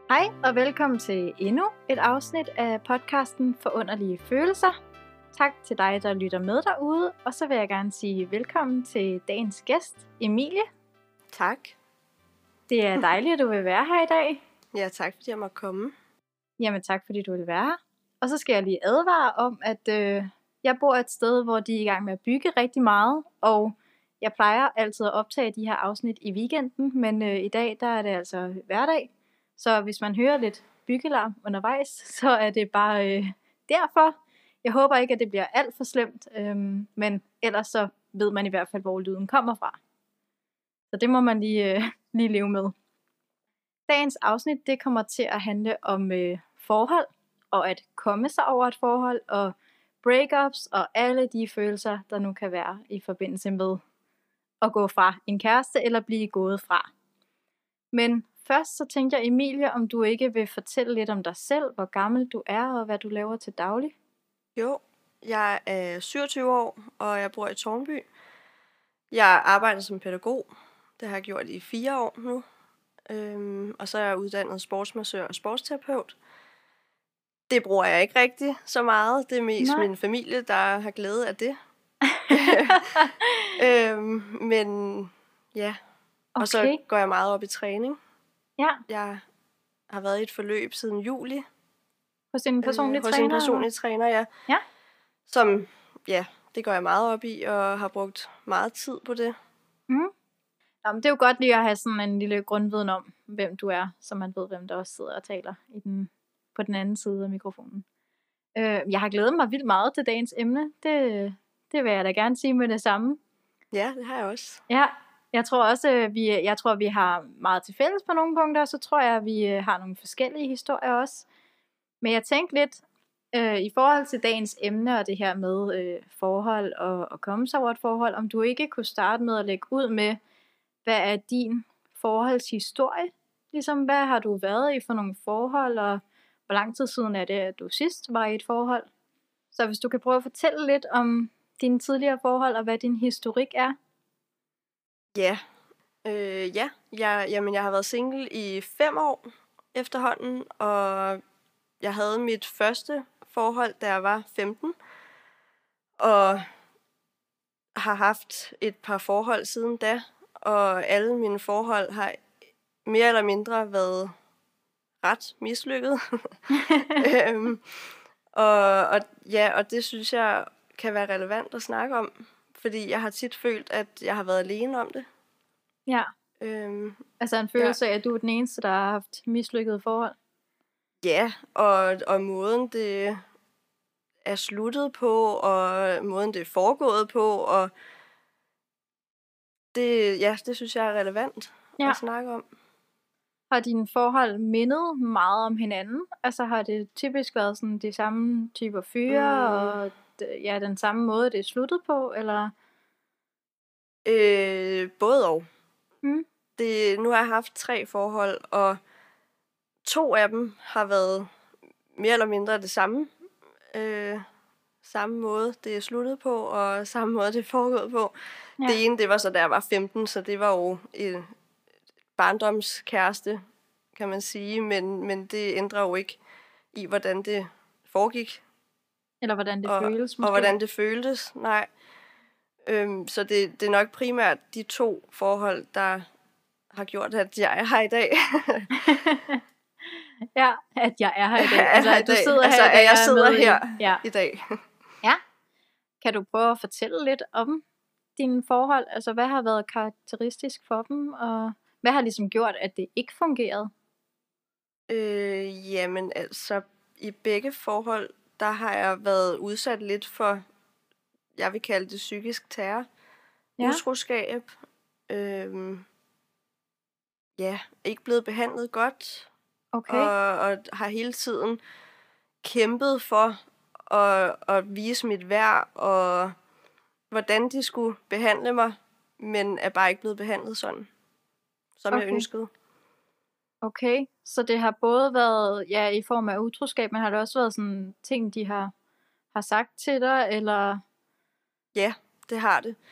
Hej og velkommen til endnu et afsnit af podcasten Forunderlige Følelser. Tak til dig, der lytter med derude, og så vil jeg gerne sige velkommen til dagens gæst, Emilie. Tak. Det er dejligt, at du vil være her i dag. Ja, tak fordi jeg måtte komme. Jamen tak, fordi du vil være her. Og så skal jeg lige advare om, at jeg bor et sted, hvor de er i gang med at bygge rigtig meget, og jeg plejer altid at optage de her afsnit i weekenden, men i dag der er det altså hverdag. Så hvis man hører lidt byggelarm undervejs, så er det bare derfor. Jeg håber ikke, at det bliver alt for slemt, men ellers så ved man i hvert fald, hvor lyden kommer fra. Så det må man lige leve med. Dagens afsnit det kommer til at handle om forhold, og at komme sig over et forhold, og breakups, og alle de følelser, der nu kan være i forbindelse med at gå fra en kæreste, eller blive gået fra. Men først så tænkte jeg, Emilie, om du ikke vil fortælle lidt om dig selv, hvor gammel du er, og hvad du laver til daglig? Jo, jeg er 27 år, og jeg bor i Tårnby. Jeg arbejder som pædagog. Det har jeg gjort i 4 år nu. Og så er jeg uddannet sportsmassør og sportsterapeut. Det bruger jeg ikke rigtig så meget. Det er mest min familie, der har glæde af det. Men ja, og så går jeg meget op i træning. Ja. Jeg har været i et forløb siden juli. Hos en personlig træner? Hos en personlig træner, ja. Ja. Som, ja, det går jeg meget op i, og har brugt meget tid på det. Mm. Nå, men det er jo godt lige at have sådan en lille grundviden om, hvem du er, så man ved, hvem der også sidder og taler på den anden side af mikrofonen. Jeg har glædet mig vildt meget til dagens emne. Det vil jeg da gerne sige med det samme. Ja, det har jeg også. Ja, jeg tror også, vi har meget til fælles på nogle punkter, og så tror jeg, at vi har nogle forskellige historier også. Men jeg tænkte lidt, i forhold til dagens emne og det her med forhold og komme sig over et forhold, om du ikke kunne starte med at lægge ud med, hvad er din forholdshistorie? Ligesom, hvad har du været i for nogle forhold, og hvor lang tid siden er det, at du sidst var i et forhold? Så hvis du kan prøve at fortælle lidt om dine tidligere forhold, og hvad din historik er. Ja, jeg har været single i 5 år efterhånden, og jeg havde mit første forhold, da jeg var 15, og har haft et par forhold siden da, og alle mine forhold har mere eller mindre været ret mislykket. Og det synes jeg kan være relevant at snakke om, fordi jeg har tit følt, at jeg har været alene om det. Ja, altså en følelse af, at du er den eneste, der har haft mislykkede forhold. Ja, og måden det er sluttet på, og måden det er foregået på, og det synes jeg er relevant at snakke om. Har dine forhold mindet meget om hinanden? Altså har det typisk været sådan de samme typer fyre, og den samme måde, det er sluttet på, eller? Både og. Nu har jeg haft 3 forhold, og 2 af dem har været mere eller mindre det samme. Samme måde, det er sluttet på, og samme måde, det er foregået på. Ja. Det ene, det var så, da jeg var 15, så det var jo en barndomskæreste, kan man sige, men det ændrer jo ikke i, hvordan det foregik. Eller hvordan det føles, måske. Og hvordan det føltes, nej. Så det er nok primært de 2 forhold, der har gjort, at jeg er her i dag. Ja, at jeg er her i dag. Altså, at du sidder her i dag. Jeg sidder her i dag. Ja. Kan du prøve at fortælle lidt om dine forhold? Altså, hvad har været karakteristisk for dem, og hvad har ligesom gjort, at det ikke fungerede? Jamen, altså, i begge forhold, der har jeg været udsat lidt for, jeg vil kalde det psykisk terror. Utroskab. Ikke blevet behandlet godt. Okay. Og har hele tiden kæmpet for at vise mit værd, og hvordan de skulle behandle mig, men er bare ikke blevet behandlet sådan, som jeg ønskede. Okay, så det har både været i form af utroskab, men har det også været sådan ting, de har sagt til dig, eller? Ja, det har det.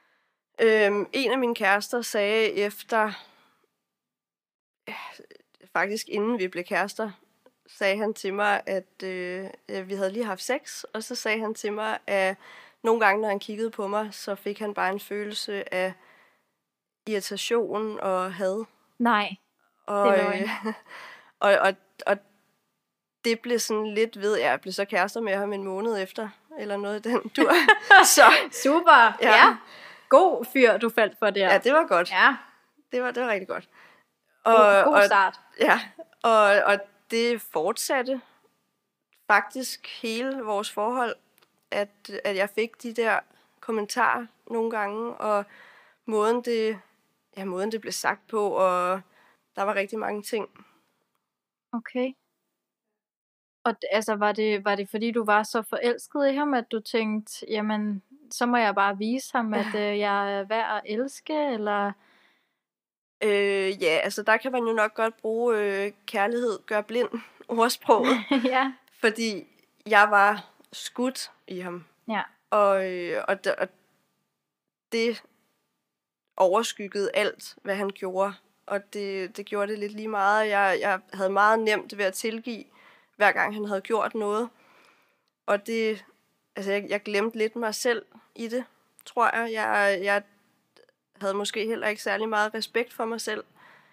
En af mine kærester sagde efter faktisk inden vi blev kærester, sagde han til mig, at vi havde lige haft sex, og så sagde han til mig, at nogle gange, når han kiggede på mig, så fik han bare en følelse af irritation og had. Nej, Og, det er løgn. og det blev sådan lidt ved, jeg blev så kærester med ham en måned efter, eller noget i den dur. Så, Super, ja. God fyr, du faldt for der. Ja, det var godt. Ja. Det var rigtig godt. God start. Ja, og det fortsatte faktisk hele vores forhold, at jeg fik de der kommentarer nogle gange, og måden det blev sagt på, og der var rigtig mange ting. Okay. Og altså, var det fordi, du var så forelsket i ham, at du tænkte, jamen, så må jeg bare vise ham, at jeg er værd at elske, eller? Ja, altså der kan man jo nok godt bruge kærlighed gør blind ordsproget. Ja. Fordi jeg var skudt i ham. Ja. Og det overskyggede alt, hvad han gjorde. Og det gjorde det lidt lige meget. Jeg havde meget nemt ved at tilgive, hver gang han havde gjort noget. Og det, altså jeg glemte lidt mig selv i det, tror jeg. Jeg havde måske heller ikke særlig meget respekt for mig selv.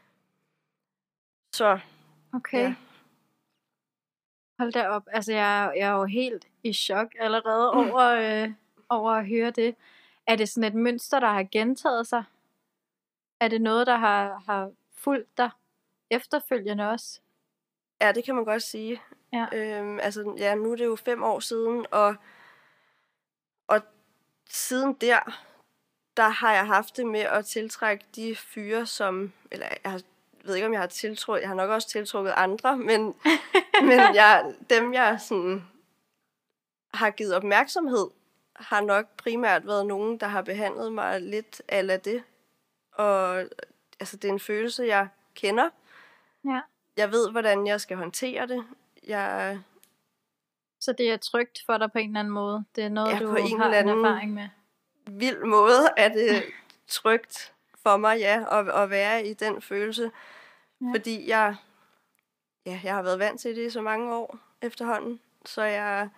Så, Okay. ja. Hold da op. Altså, jeg er jo helt i chok allerede over at høre det. Er det sådan et mønster, der har gentaget sig? Er det noget, der har fulgt dig efterfølgende også? Ja, det kan man godt sige. Ja. Nu er det jo 5 år siden, og siden der har jeg haft det med at tiltrække de fyre, som, eller jeg ved ikke, om jeg har nok også tiltrukket andre, men dem jeg sådan har givet opmærksomhed, har nok primært været nogen, der har behandlet mig lidt a la det. Og altså, det er en følelse, jeg kender. Ja. Jeg ved, hvordan jeg skal håndtere det. Så det er trygt for dig på en eller anden måde? Det er noget, Ja, du på en har eller en anden erfaring med? Vild måde er det trygt for mig, at være i den følelse. Ja. Fordi jeg har været vant til det i så mange år efterhånden. Så jeg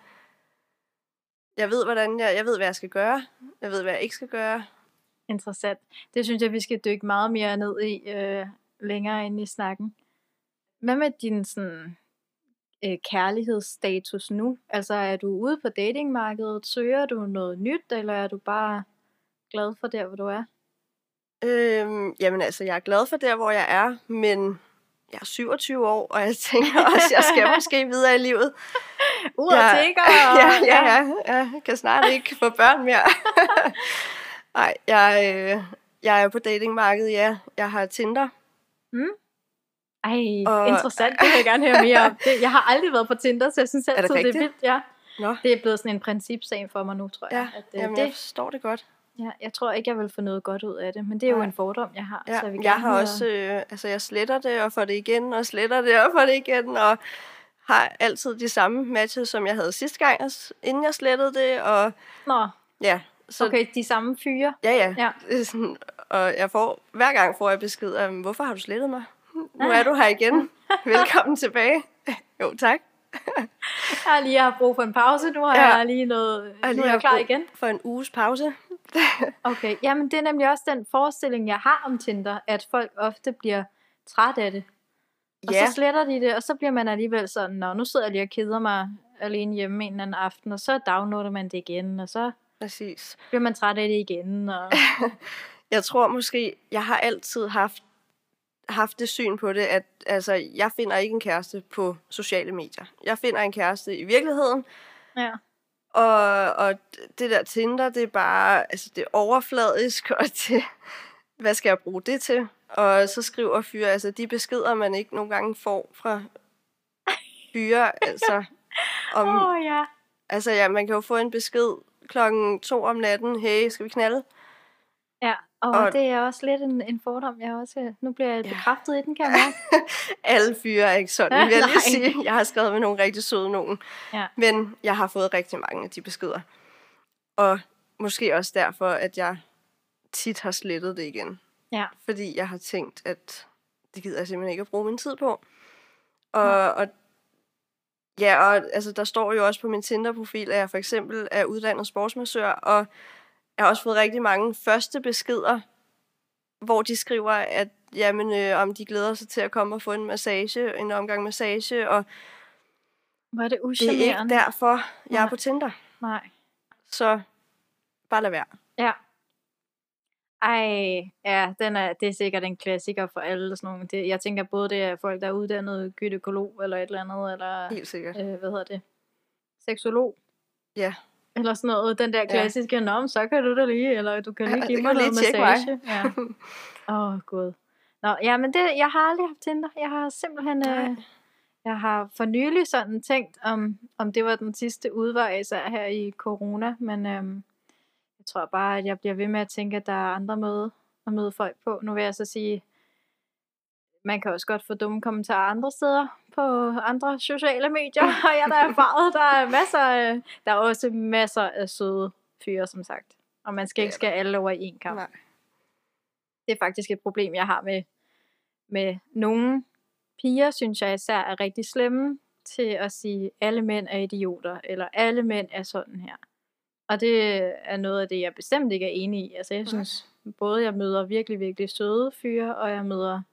ved, jeg ved, hvad jeg skal gøre. Jeg ved, hvad jeg ikke skal gøre. Interessant. Det synes jeg, vi skal dykke meget mere ned i længere inde i snakken. Hvad med din sådan, kærlighedsstatus nu? Altså, er du ude på datingmarkedet? Søger du noget nyt, eller er du bare glad for der, hvor du er? Jamen altså, jeg er glad for der, hvor jeg er, men jeg er 27 år, og jeg tænker også, jeg skal måske videre i livet. Ud og tigger. Ja. Jeg kan snart ikke få børn mere. Nej, jeg er på datingmarkedet, ja. Jeg har Tinder. Ej, interessant. Det vil jeg gerne høre mere om. Jeg har aldrig været på Tinder, så jeg synes altid, det er vildt. Ja. Nå. Det er blevet sådan en principsag for mig nu, tror jeg. Jamen, jeg forstår det godt. Ja, jeg tror ikke, jeg vil få noget godt ud af det, men det er jo en fordom, jeg har. Ja, så jeg vil jeg har også, jeg sletter det og får det igen, og sletter det og får det igen, og har altid de samme matches, som jeg havde sidste gang, inden jeg slettede det, og Nå. Ja. Så, okay, de samme fyre? Ja. Det er sådan, og hver gang får jeg besked af, hvorfor har du slettet mig? Nu er du her igen. Velkommen tilbage. Jo, tak. Jeg har lige haft brug for en pause. Nu har jeg lige noget. Nu er jeg klar igen. For en uges pause. Okay, jamen det er nemlig også den forestilling, jeg har om Tinder, at folk ofte bliver træt af det. Og så sletter de det, og så bliver man alligevel sådan, nu sidder jeg lige og keder mig alene hjemme en eller anden aften, og så downloader man det igen, og så Præcis. bliver man træt af det igen. Og jeg tror måske, jeg har altid haft det syn på det, at altså, jeg finder ikke en kæreste på sociale medier. Jeg finder en kæreste i virkeligheden. Ja. Og det der Tinder, det er bare, altså det er overfladisk, og det, hvad skal jeg bruge det til? Og så skriver fyre, altså de beskeder, man ikke nogle gange får fra fyre, altså altså man kan jo få en besked 2:00 om natten, hey, skal vi knalde? Ja, og det er også lidt en fordom, jeg også, nu bliver jeg bekræftet i den, kan jeg mærke. Alle fyre er ikke sådan, vil jeg sige. Jeg har skrevet med nogle rigtig søde nogen. Ja. Men jeg har fået rigtig mange af de beskeder. Og måske også derfor, at jeg tit har slettet det igen. Ja. Fordi jeg har tænkt, at det gider jeg simpelthen ikke at bruge min tid på. Og ja, og altså, der står jo også på min Tinder-profil, at jeg for eksempel er uddannet sportsmassør, og jeg har også fået rigtig mange første beskeder, hvor de skriver, at jamen, om de glæder sig til at komme og få en massage, en omgang massage, og Hvor er det det er uschammerende. ikke derfor, jeg er Nej. på Tinder. Nej. Så bare lad være. Ja. Ej, ja, det er sikkert en klassiker for alle sådan nogle. Jeg tænker både det er folk, der er uddannet gynækolog eller et eller andet, eller Helt sikkert. hvad hedder det? Seksolog. Ja. Eller sådan noget. Den der klassiske, nå, men så kan du da lige, eller du kan lige Ja, give det mig kan noget lige tjekke massage. Ja. Gud. Nå, ja, men jeg har aldrig haft Tinder. Jeg har simpelthen, jeg har for nylig sådan tænkt, om det var den sidste udvej, især her i corona, men jeg tror bare, at jeg bliver ved med at tænke, at der er andre måder at møde folk på. Nu vil jeg så sige, man kan også godt få dumme kommentarer andre steder på andre sociale medier, og jeg der er erfaret, der er også masser af søde fyre, som sagt. Og man skal ikke skære alle over i en kamp. Nej. Det er faktisk et problem, jeg har med nogle piger, synes jeg især er rigtig slemme til at sige, alle mænd er idioter, eller alle mænd er sådan her. Og det er noget af det, jeg bestemt ikke er enig i. Altså jeg synes, både jeg møder virkelig, virkelig søde fyre, og jeg møder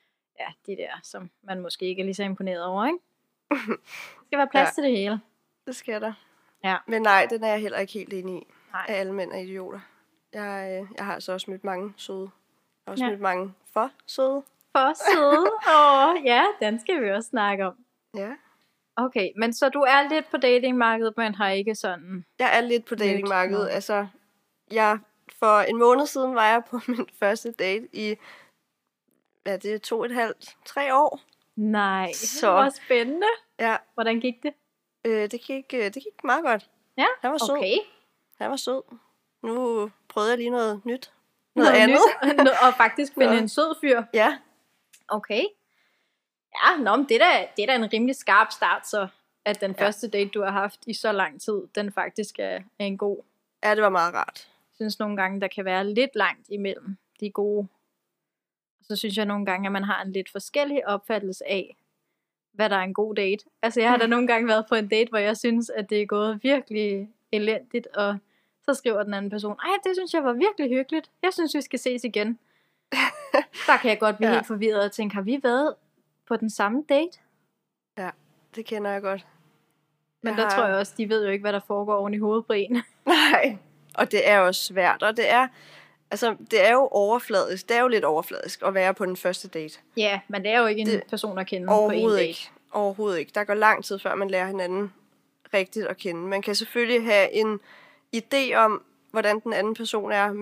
de der, som man måske ikke er lige så imponeret over, ikke? Der skal være plads til det hele. Det skal der. Ja. Men nej, den er jeg heller ikke helt enig i. Nej. At alle mænd er idioter. Jeg har altså også mødt mange søde. Også mødt mange for søde. For søde? Ja, den skal vi også snakke om. Ja. Okay, men så du er lidt på datingmarkedet, men har ikke sådan... Jeg er lidt på datingmarkedet. Altså, for en måned siden var jeg på min første date i, hvad er det, 2,5-3 år. Nej, det var spændende. Ja. Hvordan gik det? Det gik meget godt. Ja, Han var sød. okay. Han var sød. Nu prøvede jeg lige noget nyt. Noget andet. Og faktisk finde en sød fyr. Ja. Okay. Ja, men det er da en rimelig skarp start, så at den første date, du har haft i så lang tid, den faktisk er en god. Ja, det var meget rart. Jeg synes nogle gange, der kan være lidt langt imellem de gode. Så synes jeg nogle gange, at man har en lidt forskellig opfattelse af, hvad der er en god date. Altså jeg har da nogle gange været på en date, hvor jeg synes, at det er gået virkelig elendigt, og så skriver den anden person, ej, det synes jeg var virkelig hyggeligt. Jeg synes, vi skal ses igen. Der kan jeg godt blive helt forvirret og tænke, har vi været på den samme date? Ja, det kender jeg godt. Men der tror jeg også, de ved jo ikke, hvad der foregår oven i hovedet på en. Nej, og det er jo svært, og det er jo overfladisk. Det er jo lidt overfladisk at være på den første date. Ja, men det er jo ikke en person at kende på en date. Overhovedet ikke. Der går lang tid, før man lærer hinanden rigtigt at kende. Man kan selvfølgelig have en idé om, hvordan den anden person er,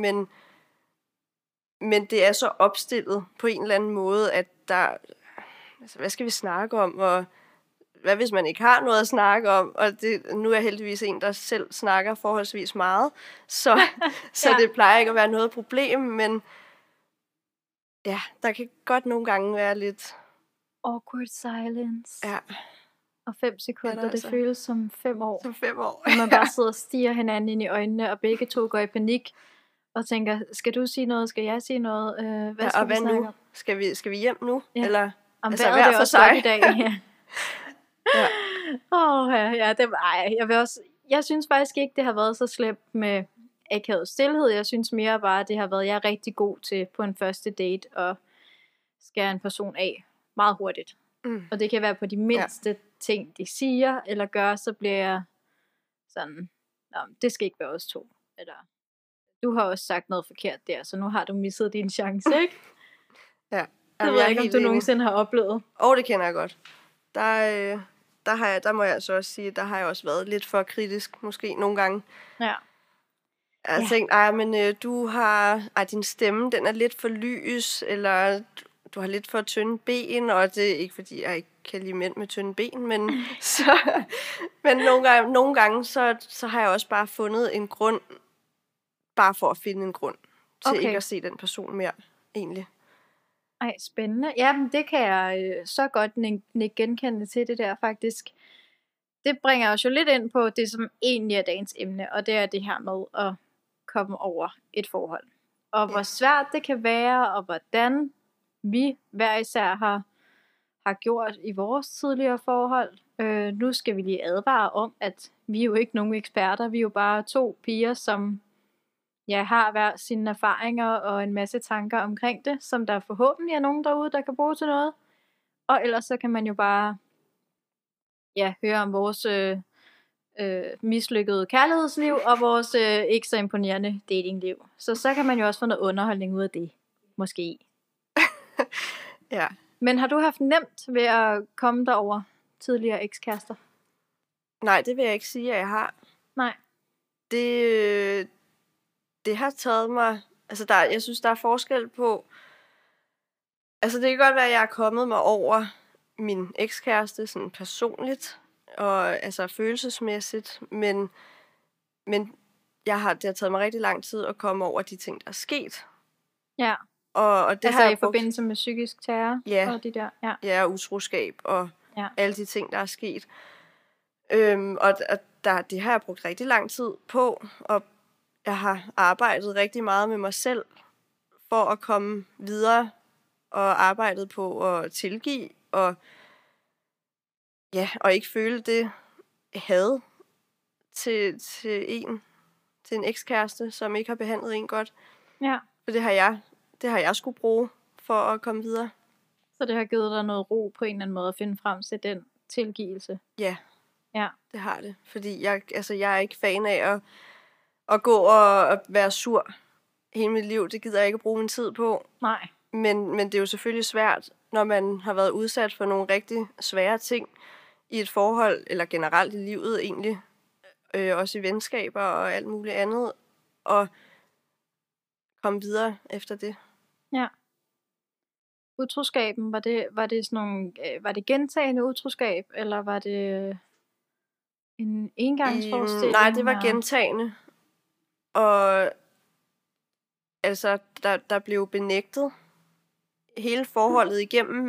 men det er så opstillet på en eller anden måde, at der... Altså, hvad skal vi snakke om, og hvad hvis man ikke har noget at snakke om? Og nu er jeg heldigvis en, der selv snakker forholdsvis meget, så det plejer ikke at være noget problem, men ja, der kan godt nogle gange være lidt... Awkward silence. Ja. Og 5 sekunder, det føles som 5 år. Som 5 år. Og man bare sidder og stiger hinanden ind i øjnene, og begge to går i panik, og tænker, skal du sige noget, skal jeg sige noget? Hvad skal vi snakke om? Skal vi hjem nu? Ja. Eller om altså, hver for sig i dag. Jeg synes faktisk ikke, det har været så slemt med akavet stillhed. Jeg synes mere bare, det har været, jeg er rigtig god til på en første date at skære en person af meget hurtigt. Og det kan være på de mindste ting, de siger eller gør, så bliver jeg sådan, det skal ikke være os to. Eller, du har også sagt noget forkert der, så nu har du misset din chance, ikke? Ja. Det ved jeg ikke, om du nogensinde har oplevet. Det kender jeg godt. Der må jeg så også sige, der har jeg også været lidt for kritisk, måske nogle gange. Ja. Jeg har tænkt, men du har, din stemme, den er lidt for lys, eller du har lidt for tynde ben, og det er ikke fordi, jeg ikke kan lide mænd med tynde ben, men nogle gange så har jeg også bare fundet en grund, bare for at finde en grund, til ikke at se den person mere, egentlig. Ej, spændende. Jamen, det kan jeg så godt nikke genkende til det der, faktisk. Det bringer os jo lidt ind på det, som egentlig er dagens emne, og det er det her med at komme over et forhold. Og hvor svært det kan være, og hvordan vi hver især har har gjort i vores tidligere forhold. Nu skal vi lige advare om, at vi er jo ikke nogen eksperter. Vi er jo bare 2 piger, som har hver sine erfaringer og en masse tanker omkring det, som der forhåbentlig er nogen derude, der kan bruge til noget. Og ellers så kan man jo bare høre om vores mislykkede kærlighedsliv og vores ikke så imponerende datingliv. Så kan man jo også få noget underholdning ud af det. Måske. Ja. Men har du haft nemt ved at komme derover tidligere ekskærester? Nej, det vil jeg ikke sige, at jeg har. Nej. Det har taget mig... Altså, jeg synes, der er forskel på... Altså, det kan godt være, at jeg er kommet mig over min ekskæreste sådan personligt, og altså følelsesmæssigt, men det har taget mig rigtig lang tid at komme over de ting, der er sket. Ja. Og det altså har i forbindelse med psykisk terror og de der. Ja, og utroskab og alle de ting, der er sket. Det har jeg brugt rigtig lang tid på, og jeg har arbejdet rigtig meget med mig selv for at komme videre og arbejdet på at tilgive og ikke føle det had til en ekskæreste, som ikke har behandlet en godt. Ja. For det har jeg skulle bruge for at komme videre. Så det har givet dig noget ro på en eller anden måde at finde frem til den tilgivelse? Ja. Ja. Det har det. Fordi jeg er ikke fan af at gå og være sur hele mit liv. Det gider jeg ikke at bruge min tid på. Nej. Men det er jo selvfølgelig svært, når man har været udsat for nogle rigtig svære ting i et forhold, eller generelt i livet egentlig, også i venskaber og alt muligt andet, og komme videre efter det. Ja. Utroskaben, var det sådan nogle, var det gentagende utroskab, eller var det en engangsforestilling? Nej, det var gentagende. Og altså, der blev benægtet hele forholdet igennem,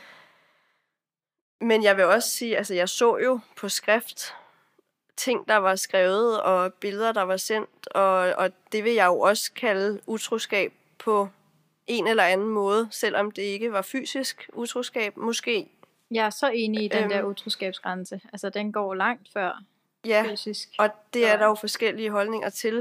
men jeg vil også sige, altså jeg så jo på skrift ting, der var skrevet, og billeder, der var sendt, og det vil jeg jo også kalde utroskab på en eller anden måde, selvom det ikke var fysisk utroskab, måske. Jeg er så enig i den der utroskabsgrænse. Altså, den går langt før fysisk. Og det er der jo forskellige holdninger til,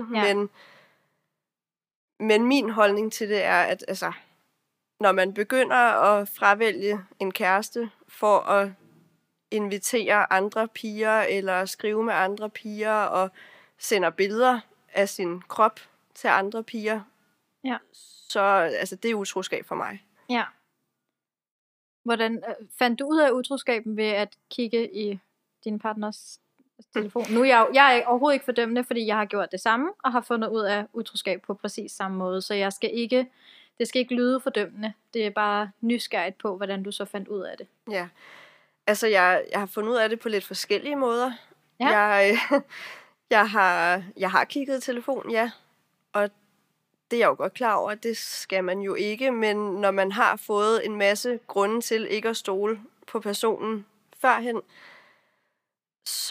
men min holdning til det er, at altså, når man begynder at fravælge en kæreste for at invitere andre piger, eller skrive med andre piger, og sender billeder af sin krop til andre piger, så altså, det er utroskab for mig. Ja. Hvordan fandt du ud af utroskaben ved at kigge i din partners telefon? Nu er jeg er overhovedet ikke fordømmende, fordi jeg har gjort det samme, og har fundet ud af utroskab på præcis samme måde, så det skal ikke lyde fordømmende. Det er bare nysgerrigt på, hvordan du så fandt ud af det. Ja, altså jeg har fundet ud af det på lidt forskellige måder. Ja. Jeg har kigget i telefon, og det er jeg jo godt klar over, at det skal man jo ikke, men når man har fået en masse grunde til ikke at stole på personen førhen, så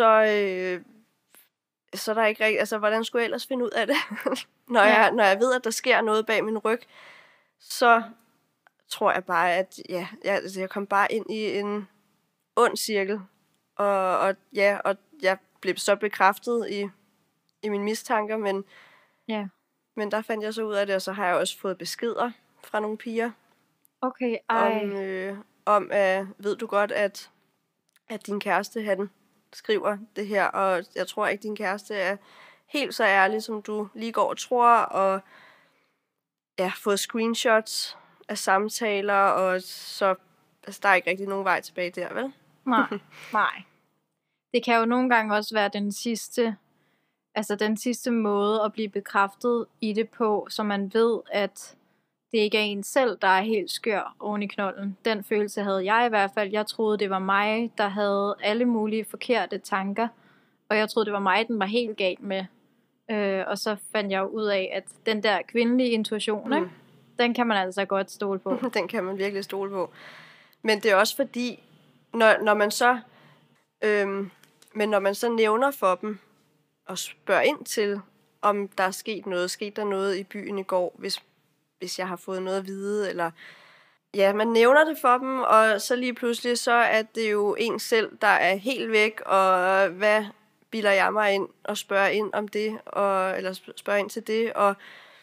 er der ikke rigtig, altså hvordan skulle jeg ellers finde ud af det? Når jeg ved, at der sker noget bag min ryg, så tror jeg bare, at jeg kom bare ind i en ond cirkel, og jeg blev så bekræftet i mine mistanker, men der fandt jeg så ud af det, og så har jeg også fået beskeder fra nogle piger. Okay, om ved du godt, at din kæreste, han skriver det her, og jeg tror ikke, din kæreste er helt så ærlig, som du lige går og tror, og fået screenshots af samtaler, og så altså, der er ikke rigtig nogen vej tilbage der, vel? Nej. Det kan jo nogle gange også være den sidste måde at blive bekræftet i det på, så man ved, at det ikke er en selv, der er helt skør oven i knolden. Den følelse havde jeg i hvert fald. Jeg troede, det var mig, der havde alle mulige forkerte tanker, og jeg troede, det var mig, den var helt galt med. Og så fandt jeg jo ud af, at den der kvindelige intuition, ikke? Den kan man altså godt stole på. Den kan man virkelig stole på. Men det er også fordi, når man så nævner for dem, og spørger ind til, om der er sket der noget i byen i går, hvis jeg har fået noget at vide, eller ja, man nævner det for dem, og så lige pludselig, så er det jo en selv, der er helt væk, og hvad bilder jeg mig ind og spørger ind om det, eller spørger ind til det, og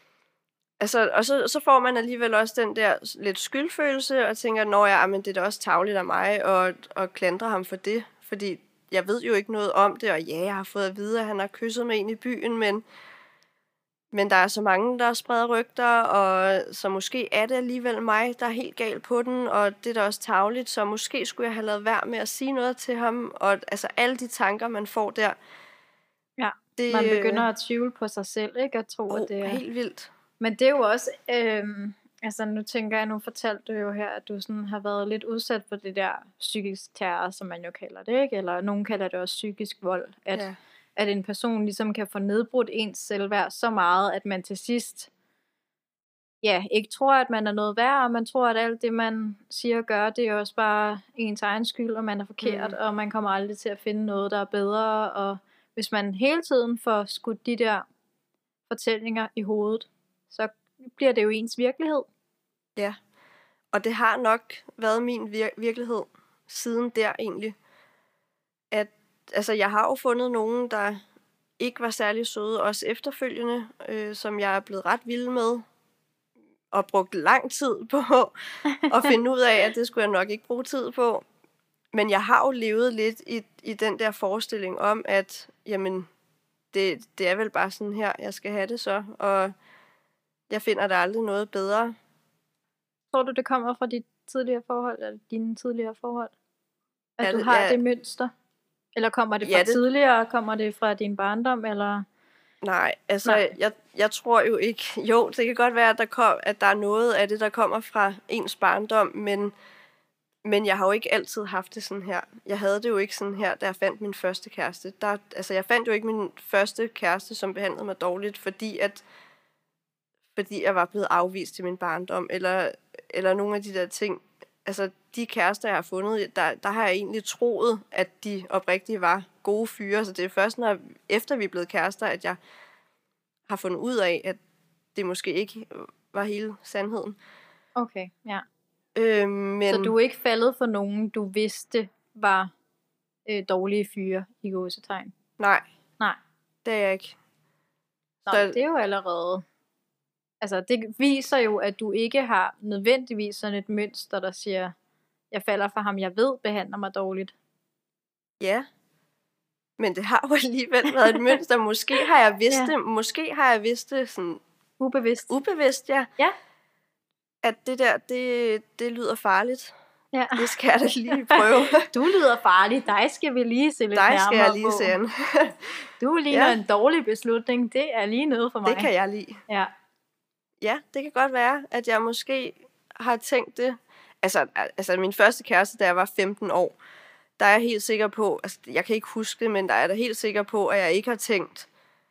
så får man alligevel også den der lidt skyldfølelse, og tænker, men det er da også tarveligt af mig, og klandre ham for det, fordi jeg ved jo ikke noget om det, og ja, jeg har fået at vide, at han har kysset mig ind i byen, men der er så mange, der spreder rygter, og så måske er det alligevel mig, der er helt galt på den, og det er da også tarveligt, så måske skulle jeg have lavet være med at sige noget til ham, og altså alle de tanker, man får der. Ja, man begynder at tvivle på sig selv, ikke? At tro, at det er helt vildt. Men det er jo også, nu tænker jeg, nu fortalte du jo her, at du sådan har været lidt udsat for det der psykisk terror, som man jo kalder det, ikke? Eller nogen kalder det også psykisk vold, at en person ligesom kan få nedbrudt ens selvværd så meget, at man til sidst ikke tror, at man er noget værd, og man tror, at alt det, man siger og gør, det er også bare ens egen skyld, og man er forkert, og man kommer aldrig til at finde noget, der er bedre, og hvis man hele tiden får skudt de der fortællinger i hovedet, så bliver det jo ens virkelighed. Ja, og det har nok været min virkelighed siden der egentlig. Jeg har jo fundet nogen, der ikke var særlig søde, også efterfølgende, som jeg er blevet ret vild med, og brugt lang tid på at finde ud af, at det skulle jeg nok ikke bruge tid på. Men jeg har jo levet lidt i den der forestilling om, at jamen, det er vel bare sådan her, jeg skal have det så, og jeg finder der aldrig noget bedre. Tror du, det kommer fra dit tidligere forhold, eller dine tidligere forhold? At du har det mønster? Eller kommer det fra tidligere? Kommer det fra din barndom, eller? Nej, jeg tror jo ikke. Jo, det kan godt være, at der er noget af det, der kommer fra ens barndom, men jeg har jo ikke altid haft det sådan her. Jeg havde det jo ikke sådan her, da jeg fandt min første kæreste. Jeg fandt jo ikke min første kæreste, som behandlede mig dårligt, fordi jeg var blevet afvist i min barndom, eller nogle af de der ting. Altså, de kærester, jeg har fundet, der har jeg egentlig troet, at de oprigtigt var gode fyre. Så det er først, efter vi er blevet kærester, at jeg har fundet ud af, at det måske ikke var hele sandheden. Okay, ja. Men så du er ikke faldet for nogen, du vidste var dårlige fyre i gåsetegn? Nej, det er jeg ikke. Så det er jo allerede... Altså, det viser jo, at du ikke har nødvendigvis sådan et mønster, der siger, jeg falder for ham, jeg ved, behandler mig dårligt. Ja, men det har jo alligevel været et mønster. Måske har jeg vidst det sådan... Ubevidst, ja. Ja. At det der, det lyder farligt. Ja. Det skal jeg da lige prøve. Du lyder farlig, dig skal vi lige se lidt nærmere på. Dig skal jeg lige se an. Du ligner en dårlig beslutning, det er lige noget for mig. Det kan jeg lide. Ja. Ja, det kan godt være, at jeg måske har tænkt det. Altså min første kæreste, da jeg var 15 år, der er jeg helt sikker på, altså jeg kan ikke huske det, men der er jeg helt sikker på, at jeg ikke har tænkt,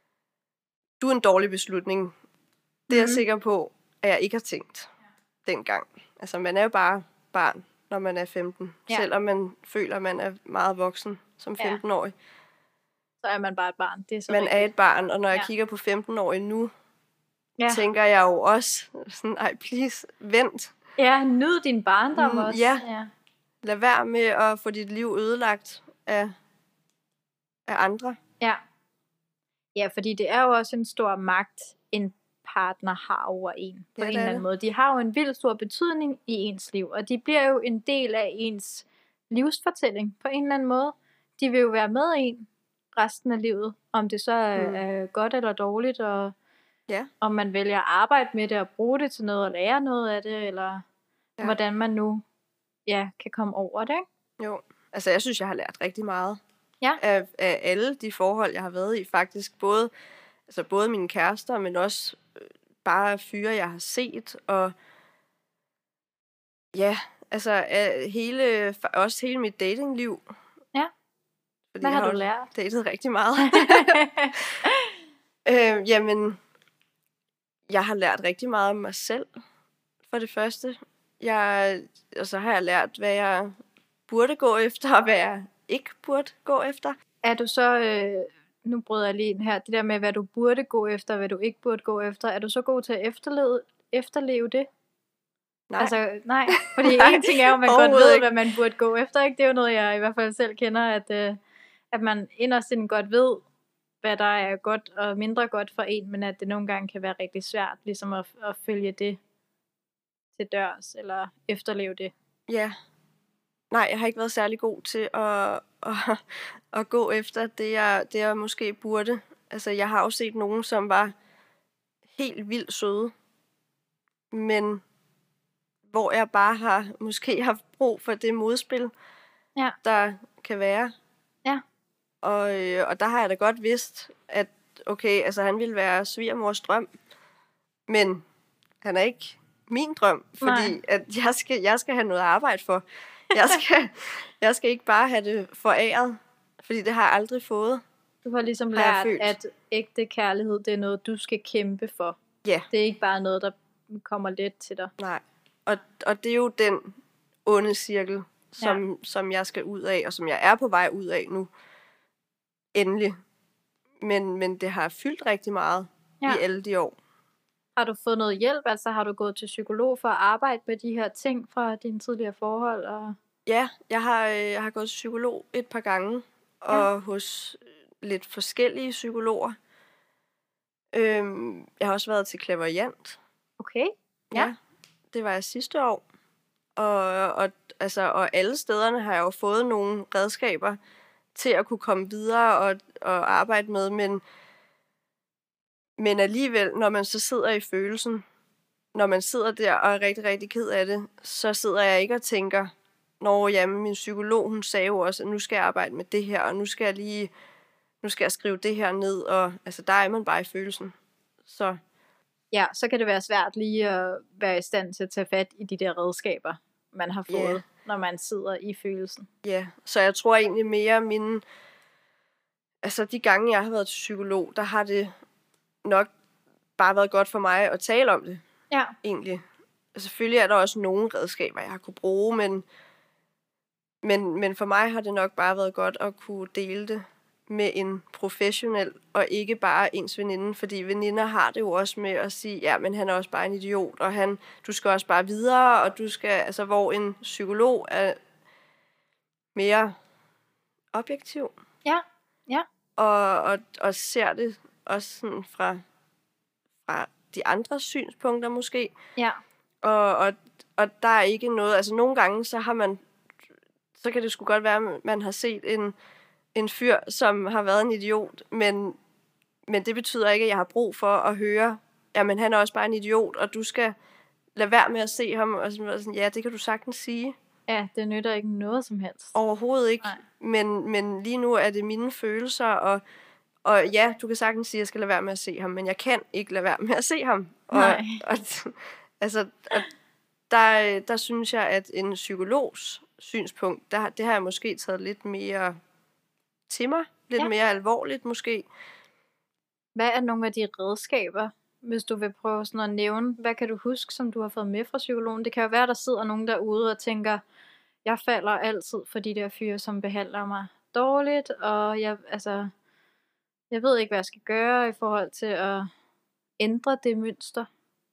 du er en dårlig beslutning. Det er jeg sikker på, at jeg ikke har tænkt dengang. Altså man er jo bare barn, når man er 15. Ja. Selvom man føler, at man er meget voksen som 15-årig. Så er man bare et barn. Det er så man er et barn, og når jeg kigger på 15-årige nu, tænker jeg jo også sådan, ej please, vent. Ja, nyd din barndom også. Ja. Lad være med at få dit liv ødelagt af andre. Ja. Ja, fordi det er jo også en stor magt, en partner har over en, på en eller anden måde. De har jo en vildt stor betydning i ens liv, og de bliver jo en del af ens livsfortælling, på en eller anden måde. De vil jo være med en resten af livet, om det så er godt eller dårligt, og om man vælger at arbejde med det, og bruge det til noget, og lære noget af det, eller hvordan man nu kan komme over det, ikke? Jo, altså jeg synes, jeg har lært rigtig meget af alle de forhold, jeg har været i, faktisk både mine kærester, men også bare fyre, jeg har set, og hele mit datingliv. Ja. Fordi hvad har du lært? Datet rigtig meget. Jamen, jeg har lært rigtig meget om mig selv, for det første. Og så har jeg lært, hvad jeg burde gå efter, og hvad jeg ikke burde gå efter. Er du så, nu bryder jeg lige ind her, det der med, hvad du burde gå efter, hvad du ikke burde gå efter, er du så god til at efterleve det? Nej. Altså, nej. Fordi Nej, en ting er jo, at man godt overhovedet ved, ikke. hvad man burde gå efter, ikke? Det er jo noget, jeg i hvert fald selv kender, at man inderst inde godt ved, hvad der er godt og mindre godt for en, men at det nogle gange kan være rigtig svært, ligesom at følge det til dørs, eller efterleve det. Ja. Nej, jeg har ikke været særlig god til at gå efter det, jeg måske burde. Altså, jeg har jo set nogen, som var helt vildt søde, men hvor jeg bare har måske haft brug for det modspil, Ja. der kan være. Ja. Og der har jeg da godt vidst, at okay, altså han ville være svigermors drøm, men han er ikke min drøm, fordi at jeg skal have noget at arbejde for. Jeg skal ikke bare have det foræret, fordi det har jeg aldrig fået. Du har ligesom Har jeg lært, følt. at ægte kærlighed, det er noget, du skal kæmpe for. Ja. Det er ikke bare noget, der kommer let til dig. Nej. Og det er jo den onde cirkel, som jeg skal ud af, og som jeg er på vej ud af nu. Endelig. Men det har fyldt rigtig meget i alle de år. Har du fået noget hjælp? Altså har du gået til psykolog for at arbejde med de her ting fra dine tidligere forhold? Og... Ja, jeg har gået til psykolog et par gange, og hos lidt forskellige psykologer. Jeg har også været til clairvoyant. Okay. Ja, det var jeg sidste år. Og alle stederne har jeg jo fået nogle redskaber til at kunne komme videre og arbejde med, men alligevel, når man så sidder i følelsen, når man sidder der og er rigtig, rigtig ked af det, så sidder jeg ikke og tænker, min psykolog, hun sagde jo også, at nu skal jeg arbejde med det her, og nu skal jeg skrive det her ned, og altså der er man bare i følelsen. Så ja, så kan det være svært lige at være i stand til at tage fat i de der redskaber, man har fået, når man sidder i følelsen. Ja, så jeg tror egentlig mere de gange, jeg har været til psykolog, der har det nok bare været godt for mig at tale om det. Ja. Egentlig. Selvfølgelig er der også nogle redskaber, jeg har kunne bruge, men for mig har det nok bare været godt at kunne dele det med en professionel, og ikke bare ens veninde, fordi veninder har det jo også med at sige, ja, men han er også bare en idiot, og du skal også bare videre, og du skal, hvor en psykolog er mere objektiv. Ja, ja. Og ser det også sådan fra de andre synspunkter måske. Ja. Og der er ikke noget, nogle gange, så kan det sgu godt være, at man har set en fyr, som har været en idiot, men det betyder ikke, at jeg har brug for at høre, jamen han er også bare en idiot, og du skal lade være med at se ham, og sådan, ja, det kan du sagtens sige. Ja, det nytter ikke noget som helst. Overhovedet ikke, men lige nu er det mine følelser, og ja, du kan sagtens sige, at jeg skal lade være med at se ham, men jeg kan ikke lade være med at se ham. Der synes jeg, at en psykologs synspunkt, det har jeg måske taget lidt mere til mig, lidt mere alvorligt måske. Hvad er nogle af de redskaber, hvis du vil prøve sådan at nævne, hvad kan du huske, som du har fået med fra psykologen? Det kan jo være, der sidder nogen derude og tænker, jeg falder altid for de der fyre, som behandler mig dårligt, og jeg ved ikke, hvad jeg skal gøre i forhold til at ændre det mønster.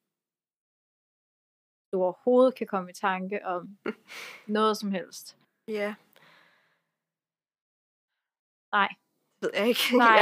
Du overhovedet kan komme i tanke om noget som helst. Ja. Nej. Ved jeg ikke. Nej.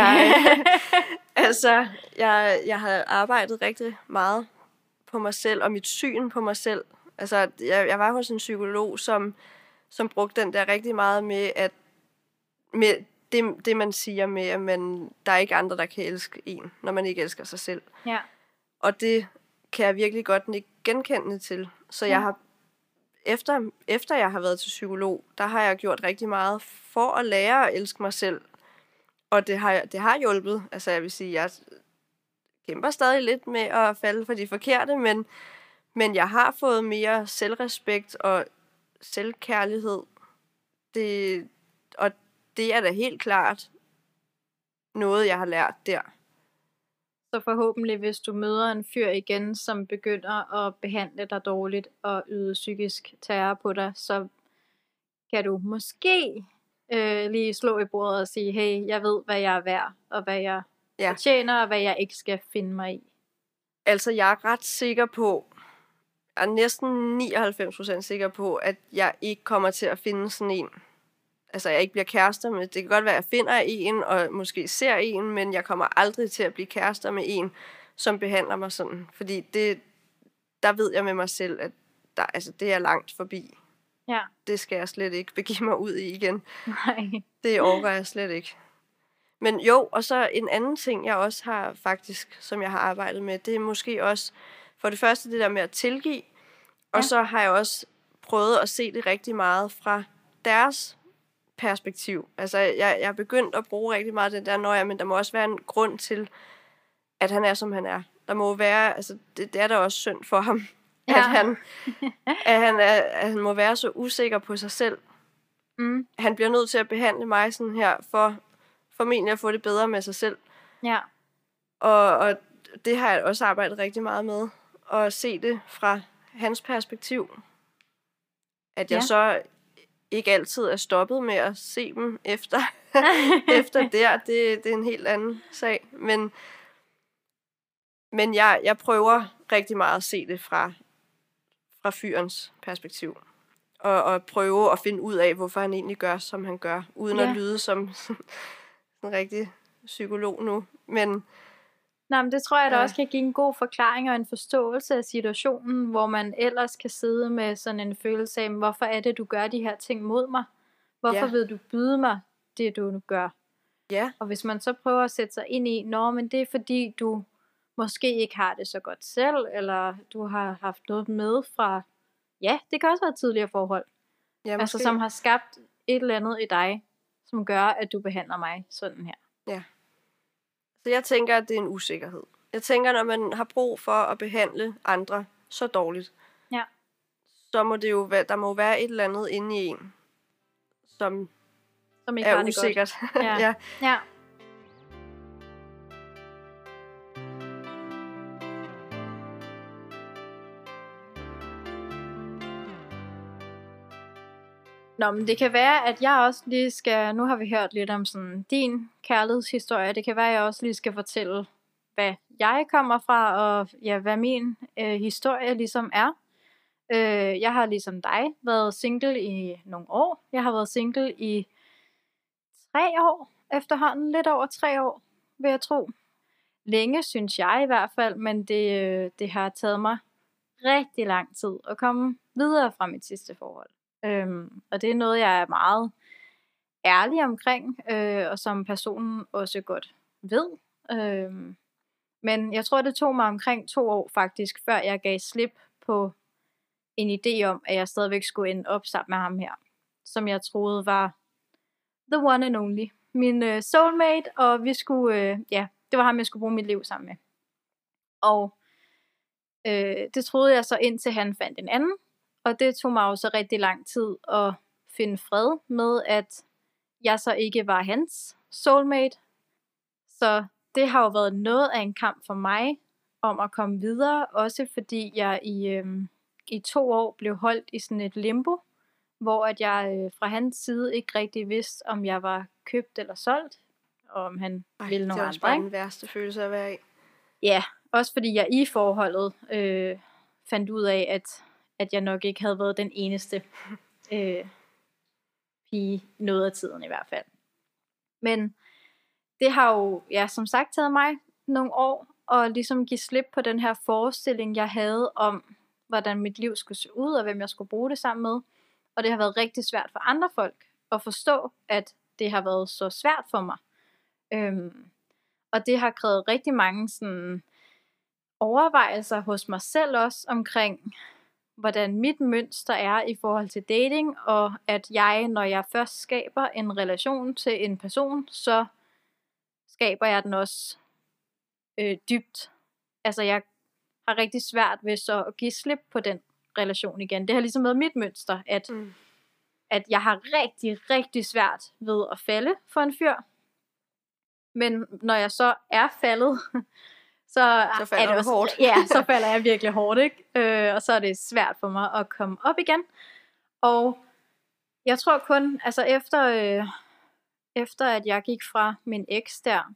Jeg har arbejdet rigtig meget på mig selv, og mit syn på mig selv. Altså, jeg var hos en psykolog, som brugte den der rigtig meget med det man siger med, at der er ikke andre, der kan elske en, når man ikke elsker sig selv. Ja. Og det kan jeg virkelig godt genkende til. Så jeg har, efter jeg har været til psykolog, der har jeg gjort rigtig meget for at lære at elske mig selv. Og det har hjulpet. Altså jeg vil sige, jeg kæmper stadig lidt med at falde for de forkerte, men jeg har fået mere selvrespekt og selvkærlighed. Og det er da helt klart noget, jeg har lært der. Så forhåbentlig, hvis du møder en fyr igen, som begynder at behandle dig dårligt og yde psykisk terror på dig, så kan du måske lige slå i bordet og sige, hey, jeg ved, hvad jeg er værd, og hvad jeg fortjener, og hvad jeg ikke skal finde mig i. Altså, jeg er ret sikker på, er næsten 99% sikker på, at jeg ikke kommer til at finde sådan en. Altså, jeg ikke bliver kærester med. Det kan godt være, at jeg finder en, og måske ser en, men jeg kommer aldrig til at blive kærester med en, som behandler mig sådan. Fordi der ved jeg med mig selv, at det er langt forbi. Ja. Det skal jeg slet ikke begive mig ud i igen. Nej. Det overgår jeg slet ikke. Men jo, og så en anden ting, jeg også har faktisk, som jeg har arbejdet med, det er måske også, for det første det der med at tilgive, og så har jeg også prøvet at se det rigtig meget fra deres perspektiv. Altså, jeg er begyndt at bruge rigtig meget den der, men der må også være en grund til, at han er, som han er. Der må være, altså, det er da også synd for ham, at han må være så usikker på sig selv. Mm. Han bliver nødt til at behandle mig sådan her, for formentlig at få det bedre med sig selv. Ja. Og det har jeg også arbejdet rigtig meget med, at se det fra hans perspektiv. At jeg så ikke altid er stoppet med at se dem efter der. Det er en helt anden sag. Men jeg prøver rigtig meget at se det fra fyrens perspektiv. Og prøve at finde ud af, hvorfor han egentlig gør, som han gør. Uden at lyde som en rigtig psykolog nu. Men det tror jeg da også kan give en god forklaring og en forståelse af situationen, hvor man ellers kan sidde med sådan en følelse af, hvorfor er det, du gør de her ting mod mig? Hvorfor vil du byde mig det, du nu gør? Ja. Og hvis man så prøver at sætte sig ind i, men det er fordi, du måske ikke har det så godt selv, eller du har haft noget med fra, det kan også være tidligere forhold. Ja, altså som har skabt et eller andet i dig, som gør, at du behandler mig sådan her. Ja. Så jeg tænker, at det er en usikkerhed. Jeg tænker, når man har brug for at behandle andre så dårligt, så må det jo være, der må være et eller andet inde i en, som ikke er usikkert. Ja. Ja. Men det kan være, at jeg også lige skal, nu har vi hørt lidt om sådan din kærlighedshistorie, det kan være, at jeg også lige skal fortælle, hvad jeg kommer fra, og hvad min historie ligesom er. Jeg har ligesom dig været single i nogle år. Jeg har været single i 3 år efterhånden, lidt over 3 år, vil jeg tro. Længe, synes jeg i hvert fald, men det har taget mig rigtig lang tid at komme videre fra mit sidste forhold. Og det er noget, jeg er meget ærlig omkring, og som personen også godt ved. Men jeg tror, det tog mig omkring 2 år faktisk, før jeg gav slip på en idé om, at jeg stadigvæk skulle ende op sammen med ham her, som jeg troede var the one and only. Min soulmate, og vi skulle, det var ham, jeg skulle bruge mit liv sammen med. Og det troede jeg så, indtil han fandt en anden. Og det tog mig jo så rigtig lang tid at finde fred med, at jeg så ikke var hans soulmate. Så det har jo været noget af en kamp for mig om at komme videre, også fordi jeg i 2 år blev holdt i sådan et limbo, hvor at jeg fra hans side ikke rigtig vidste, om jeg var købt eller solgt, og om han ville nogle andre. Det er også bare den værste følelse at være i. Ja, også fordi jeg i forholdet fandt ud af, at jeg nok ikke havde været den eneste pige noget af tiden i hvert fald. Men det har jo, som sagt, taget mig nogle år at ligesom give slip på den her forestilling, jeg havde om, hvordan mit liv skulle se ud, og hvem jeg skulle bruge det sammen med. Og det har været rigtig svært for andre folk at forstå, at det har været så svært for mig. Og det har krævet rigtig mange sådan overvejelser hos mig selv også omkring, hvordan mit mønster er i forhold til dating, og at jeg, når jeg først skaber en relation til en person, så skaber jeg den også dybt. Altså jeg har rigtig svært ved så at give slip på den relation igen. Det har ligesom været mit mønster, at jeg har rigtig, rigtig svært ved at falde for en fyr. Men når jeg så er faldet, så falder er det også hårdt. Ja, så falder jeg virkelig hårdt, ikke? Og så er det svært for mig at komme op igen. Og jeg tror kun, altså efter at jeg gik fra min eks der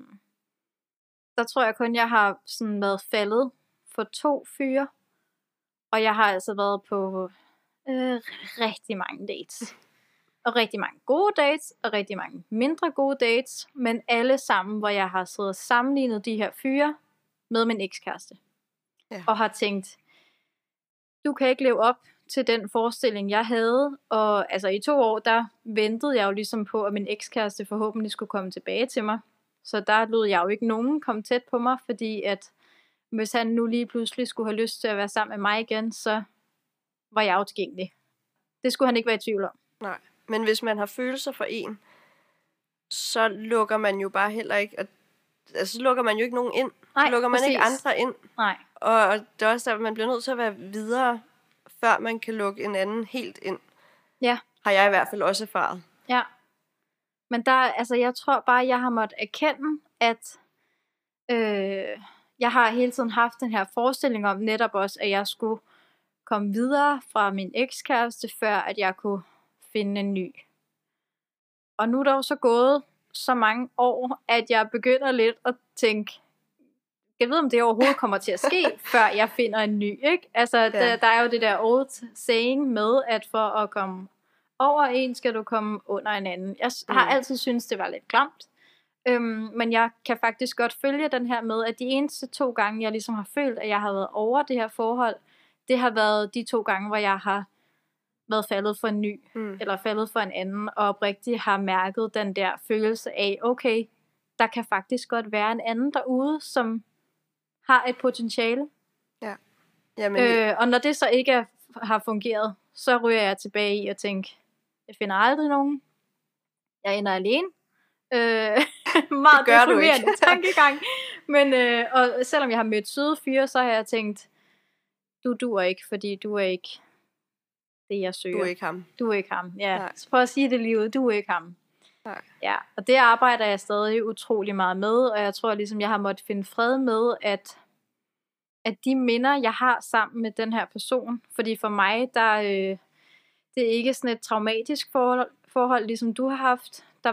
tror jeg kun, jeg har sådan været faldet for 2 fyre. Og jeg har altså været på rigtig mange dates. Og rigtig mange gode dates, og rigtig mange mindre gode dates, men alle sammen, hvor jeg har siddet og sammenlignet de her fyre med min ekskæreste. Ja. Og har tænkt, du kan ikke leve op til den forestilling, jeg havde. Og altså i 2 år, der ventede jeg jo ligesom på, at min ekskæreste forhåbentlig skulle komme tilbage til mig. Så der lod jeg jo ikke nogen komme tæt på mig, fordi at hvis han nu lige pludselig skulle have lyst til at være sammen med mig igen, så var jeg jo tilgængelig. Det skulle han ikke være i tvivl om. Nej, men hvis man har følelser for en, så lukker man jo bare heller ikke, så lukker man jo ikke nogen ind. Nej, så lukker man ikke andre ind. Nej. Og det er også der, man bliver nødt til at være videre, før man kan lukke en anden helt ind. Ja. Har jeg i hvert fald også erfaret. Ja. Men der, altså jeg tror bare, jeg har måttet erkende, at jeg har hele tiden haft den her forestilling om netop også, at jeg skulle komme videre fra min ekskæreste, før at jeg kunne finde en ny. Og nu er der jo så gået så mange år, at jeg begynder lidt at tænke, jeg ved om det overhovedet kommer til at ske, før jeg finder en ny, ikke? Altså, Ja. der er jo det der old saying med, at for at komme over en, skal du komme under en anden. Jeg har altid syntes, det var lidt klamt. Men jeg kan faktisk godt følge den her med, at de eneste 2 gange, jeg ligesom har følt, at jeg har været over det her forhold, det har været de 2 gange, hvor jeg har været faldet for en ny, eller faldet for en anden, og oprigtigt har mærket den der følelse af, okay, der kan faktisk godt være en anden derude, som har et potentiale. Ja. Jamen, Og når det så ikke har fungeret, så ryger jeg tilbage i at tænke, jeg finder aldrig nogen. Jeg ender alene. Meget det gør du ikke. tankegang. Men, og selvom jeg har mødt søde fyre, så har jeg tænkt, du duer ikke, fordi du er ikke det, jeg søger. du er ikke ham. Du er ikke ham. Ja, Nej. så for at sige det lige ud, du er ikke ham. Nej. Ja, og det arbejder jeg stadig utrolig meget med, og jeg tror ligesom, jeg har måttet finde fred med, at de minder, jeg har sammen med den her person, fordi for mig, det er ikke sådan et traumatisk forhold, ligesom du har haft. Der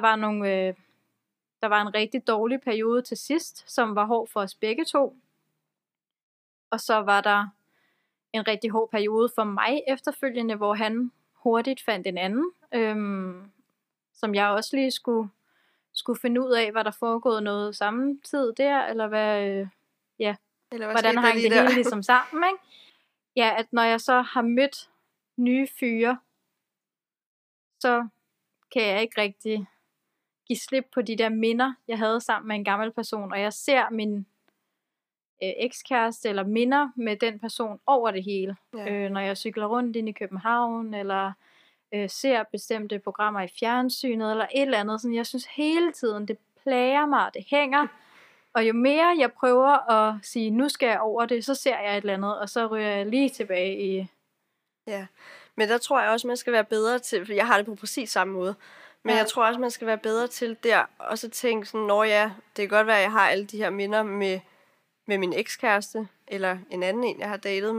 var en rigtig dårlig periode til sidst, som var hård for os begge to. Og så var der en rigtig hård periode for mig efterfølgende, hvor han hurtigt fandt en anden, som jeg også lige skulle finde ud af, var der foregået noget samtidig der, eller hvad, Eller hvad hvordan skete der hang lige det der? hele ligesom sammen, ikke? Ja, at når jeg så har mødt nye fyre, så kan jeg ikke rigtig give slip på de der minder, jeg havde sammen med en gammel person, og jeg ser min ekskæreste eller minder med den person over det hele. Ja. Når jeg cykler rundt ind i København, eller ser bestemte programmer i fjernsynet, eller et eller andet. Sådan, jeg synes hele tiden, det plager mig, det hænger. Og jo mere jeg prøver at sige, nu skal jeg over det, så ser jeg et eller andet, og så ryger jeg lige tilbage i... Ja, men der tror jeg også, man skal være bedre til, for jeg har det på præcis samme måde, men jeg tror også, man skal være bedre til der, og så tænke sådan, nå ja, det kan godt være, at jeg har alle de her minder med min ekskæreste, eller en anden en, jeg har datet,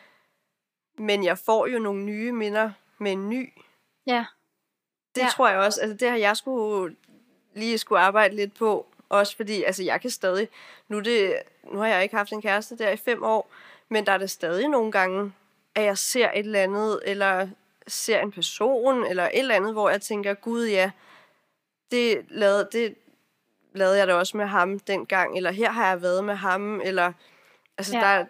men jeg får jo nogle nye minder med en ny. Ja. Det tror jeg også, altså det har jeg skulle arbejde lidt på, også fordi, altså jeg kan stadig, nu har jeg ikke haft en kæreste der i 5 år, men der er det stadig nogle gange, at jeg ser et eller andet, eller ser en person, eller et eller andet, hvor jeg tænker, gud ja, det lavede jeg da også med ham dengang, eller her har jeg været med ham, eller, altså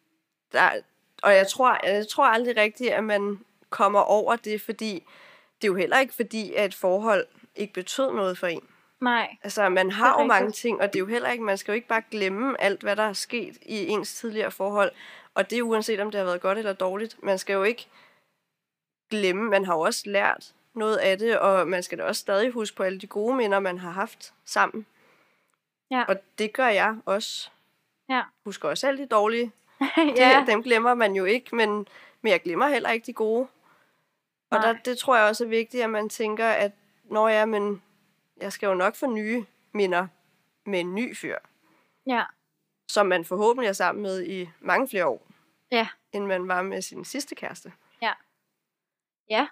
og jeg tror aldrig rigtigt, at man kommer over det, fordi det er jo heller ikke fordi, at et forhold ikke betød noget for en. Nej. Altså, man har jo mange ting, og det er jo heller ikke, man skal jo ikke bare glemme alt, hvad der er sket i ens tidligere forhold, og det er uanset, om det har været godt eller dårligt. Man skal jo ikke glemme, man har jo også lært noget af det, og man skal da også stadig huske på alle de gode minder, man har haft sammen. Ja. Og det gør jeg også. Ja. Husker også alle de dårlige. Ja. Dem glemmer man jo ikke, men jeg glemmer heller ikke de gode. Og det tror jeg også er vigtigt, at man tænker, at når jeg, men jeg skal jo nok få nye minder med en ny fyr. Ja. Som man forhåbentlig er sammen med i mange flere år. Ja. End man var med sin sidste kæreste. Ja. Ja.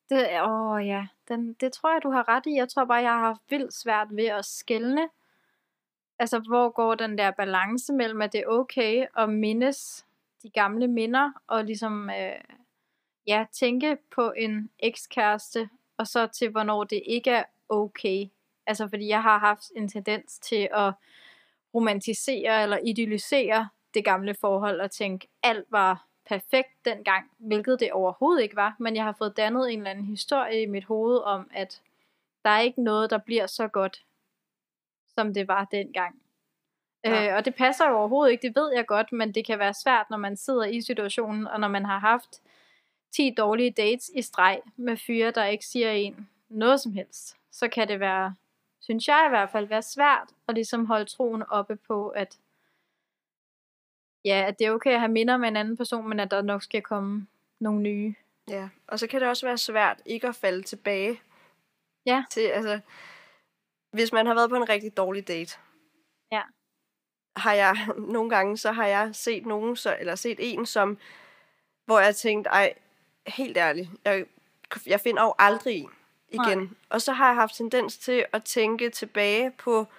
Det tror jeg, du har ret i. Jeg tror bare, jeg har haft vildt svært ved at skelne. Altså, hvor går den der balance mellem, at det er okay at mindes de gamle minder, og ligesom tænke på en ekskæreste, og så til hvornår det ikke er okay. Altså fordi jeg har haft en tendens til at romantisere eller idealisere det gamle forhold, og tænke, alt var perfekt dengang, hvilket det overhovedet ikke var, men jeg har fået dannet en eller anden historie i mit hoved om, at der er ikke noget, der bliver så godt, som det var dengang. Og det passer jo overhovedet ikke, det ved jeg godt, men det kan være svært, når man sidder i situationen, og når man har haft 10 dårlige dates i streg med fyre, der ikke siger en noget som helst, så kan det være, synes jeg i hvert fald, være svært at ligesom holde troen oppe på, at at det er okay at have minder med en anden person, men at der nok skal komme nogle nye. Ja, og så kan det også være svært ikke at falde tilbage. Ja. Til, altså, hvis man har været på en rigtig dårlig date. Ja. Har jeg nogle gange, så har jeg set nogen, eller set en, som, hvor jeg tænkte, helt ærligt, jeg finder jo aldrig en igen. Nej. Og så har jeg haft tendens til at tænke tilbage på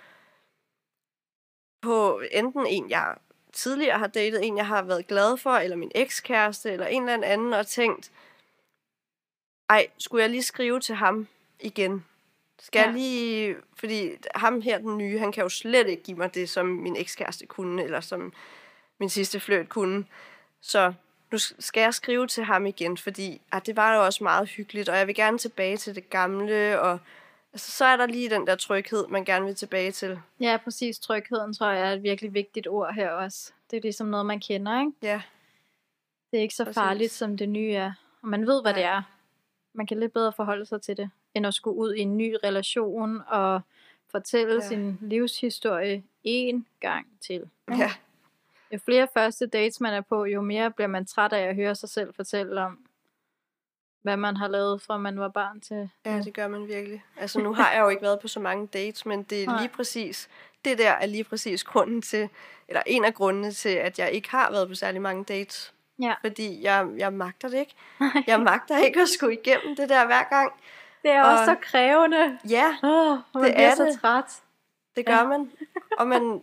enten en, jeg tidligere har datet, en jeg har været glad for, eller min ekskæreste, eller en eller anden, og tænkt, skulle jeg lige skrive til ham igen? Skal jeg lige, fordi ham her, den nye, han kan jo slet ikke give mig det, som min ekskæreste kunne, eller som min sidste flirt kunne. Så nu skal jeg skrive til ham igen, fordi det var jo også meget hyggeligt, og jeg vil gerne tilbage til det gamle, og altså, så er der lige den der tryghed, man gerne vil tilbage til. Ja, præcis. Trygheden, tror jeg, er et virkelig vigtigt ord her også. Det er ligesom noget, man kender, ikke? Ja. Det er ikke så farligt, som det nye er. Og man ved, hvad det er. Man kan lidt bedre forholde sig til det, end at skulle ud i en ny relation og fortælle sin livshistorie en gang til. Ja. Jo flere første dates man er på, jo mere bliver man træt af at høre sig selv fortælle om, hvad man har lavet fra man var barn til. Ja, det gør man virkelig. Altså nu har jeg jo ikke været på så mange dates, men det er lige præcis, det der er lige præcis grunden til, eller en af grundene til, at jeg ikke har været på særlig mange dates. Ja. Fordi jeg magter det ikke. Jeg magter ikke at skulle igennem det der hver gang. Det er også så krævende. Ja, man det bliver så træt. Det gør man. Og man,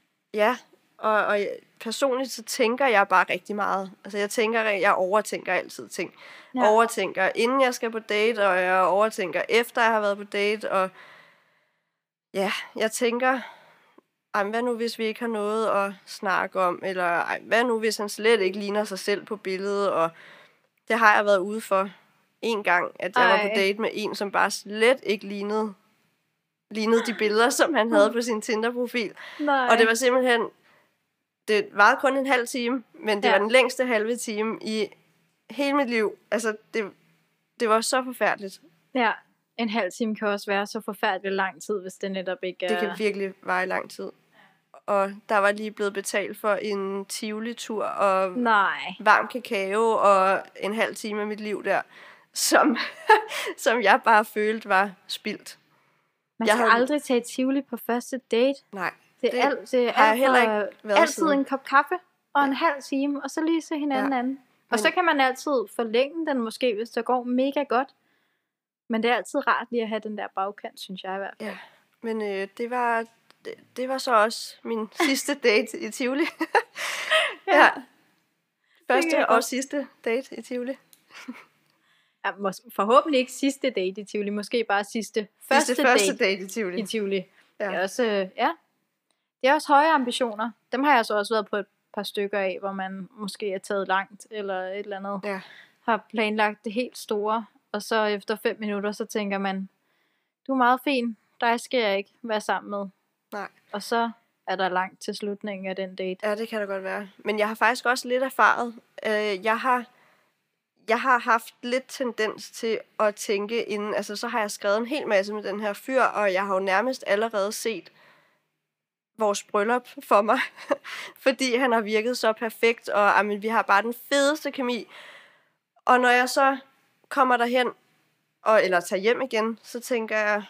og personligt så tænker jeg bare rigtig meget. Altså jeg overtænker altid ting. Ja. Overtænker inden jeg skal på date, og jeg overtænker efter jeg har været på date, og jeg tænker, hvad nu hvis vi ikke har noget at snakke om, eller hvad nu hvis han slet ikke ligner sig selv på billedet, og det har jeg været ude for en gang, at jeg var på date med en, som bare slet ikke lignede de billeder, som han havde på sin Tinder-profil. Nej. Og det var simpelthen, det varede kun en halv time, men det var den længste halve time i hele mit liv. Altså, det var så forfærdeligt. Ja, en halv time kan også være så forfærdeligt lang tid, hvis det netop ikke er... Det kan virkelig vare lang tid. Og der var lige blevet betalt for en Tivoli-tur, og varm kakao, og en halv time af mit liv der, som jeg bare følte var spildt. Man skal aldrig tage Tivoli på første date. Nej. Det har jeg heller ikke været altid siden. En kop kaffe og en halv time, og så lige se hinanden anden. Og så kan man altid forlænge den måske, hvis det går mega godt. Men det er altid rart lige at have den der bagkant, synes jeg i hvert fald. Ja, men det var så også min sidste date i Tivoli. Ja. Første og sidste date i Tivoli. Ja, forhåbentlig ikke sidste date i Tivoli, måske bare første date i Tivoli. Ja. Det er også, det er også høje ambitioner. Dem har jeg så også været på et par stykker af, hvor man måske er taget langt, eller et eller andet. Har planlagt det helt store, og så efter 5 minutter, så tænker man, du er meget fin, dig skal jeg ikke være sammen med. Nej. Og så er der langt til slutningen af den date. Ja, det kan da godt være. Men jeg har faktisk også lidt erfaret. Jeg har haft lidt tendens til at tænke inden, altså så har jeg skrevet en hel masse med den her fyr, og jeg har jo nærmest allerede set vores bryllup for mig, fordi han har virket så perfekt, og vi har bare den fedeste kemi. Og når jeg så kommer derhen, eller tager hjem igen, så tænker jeg,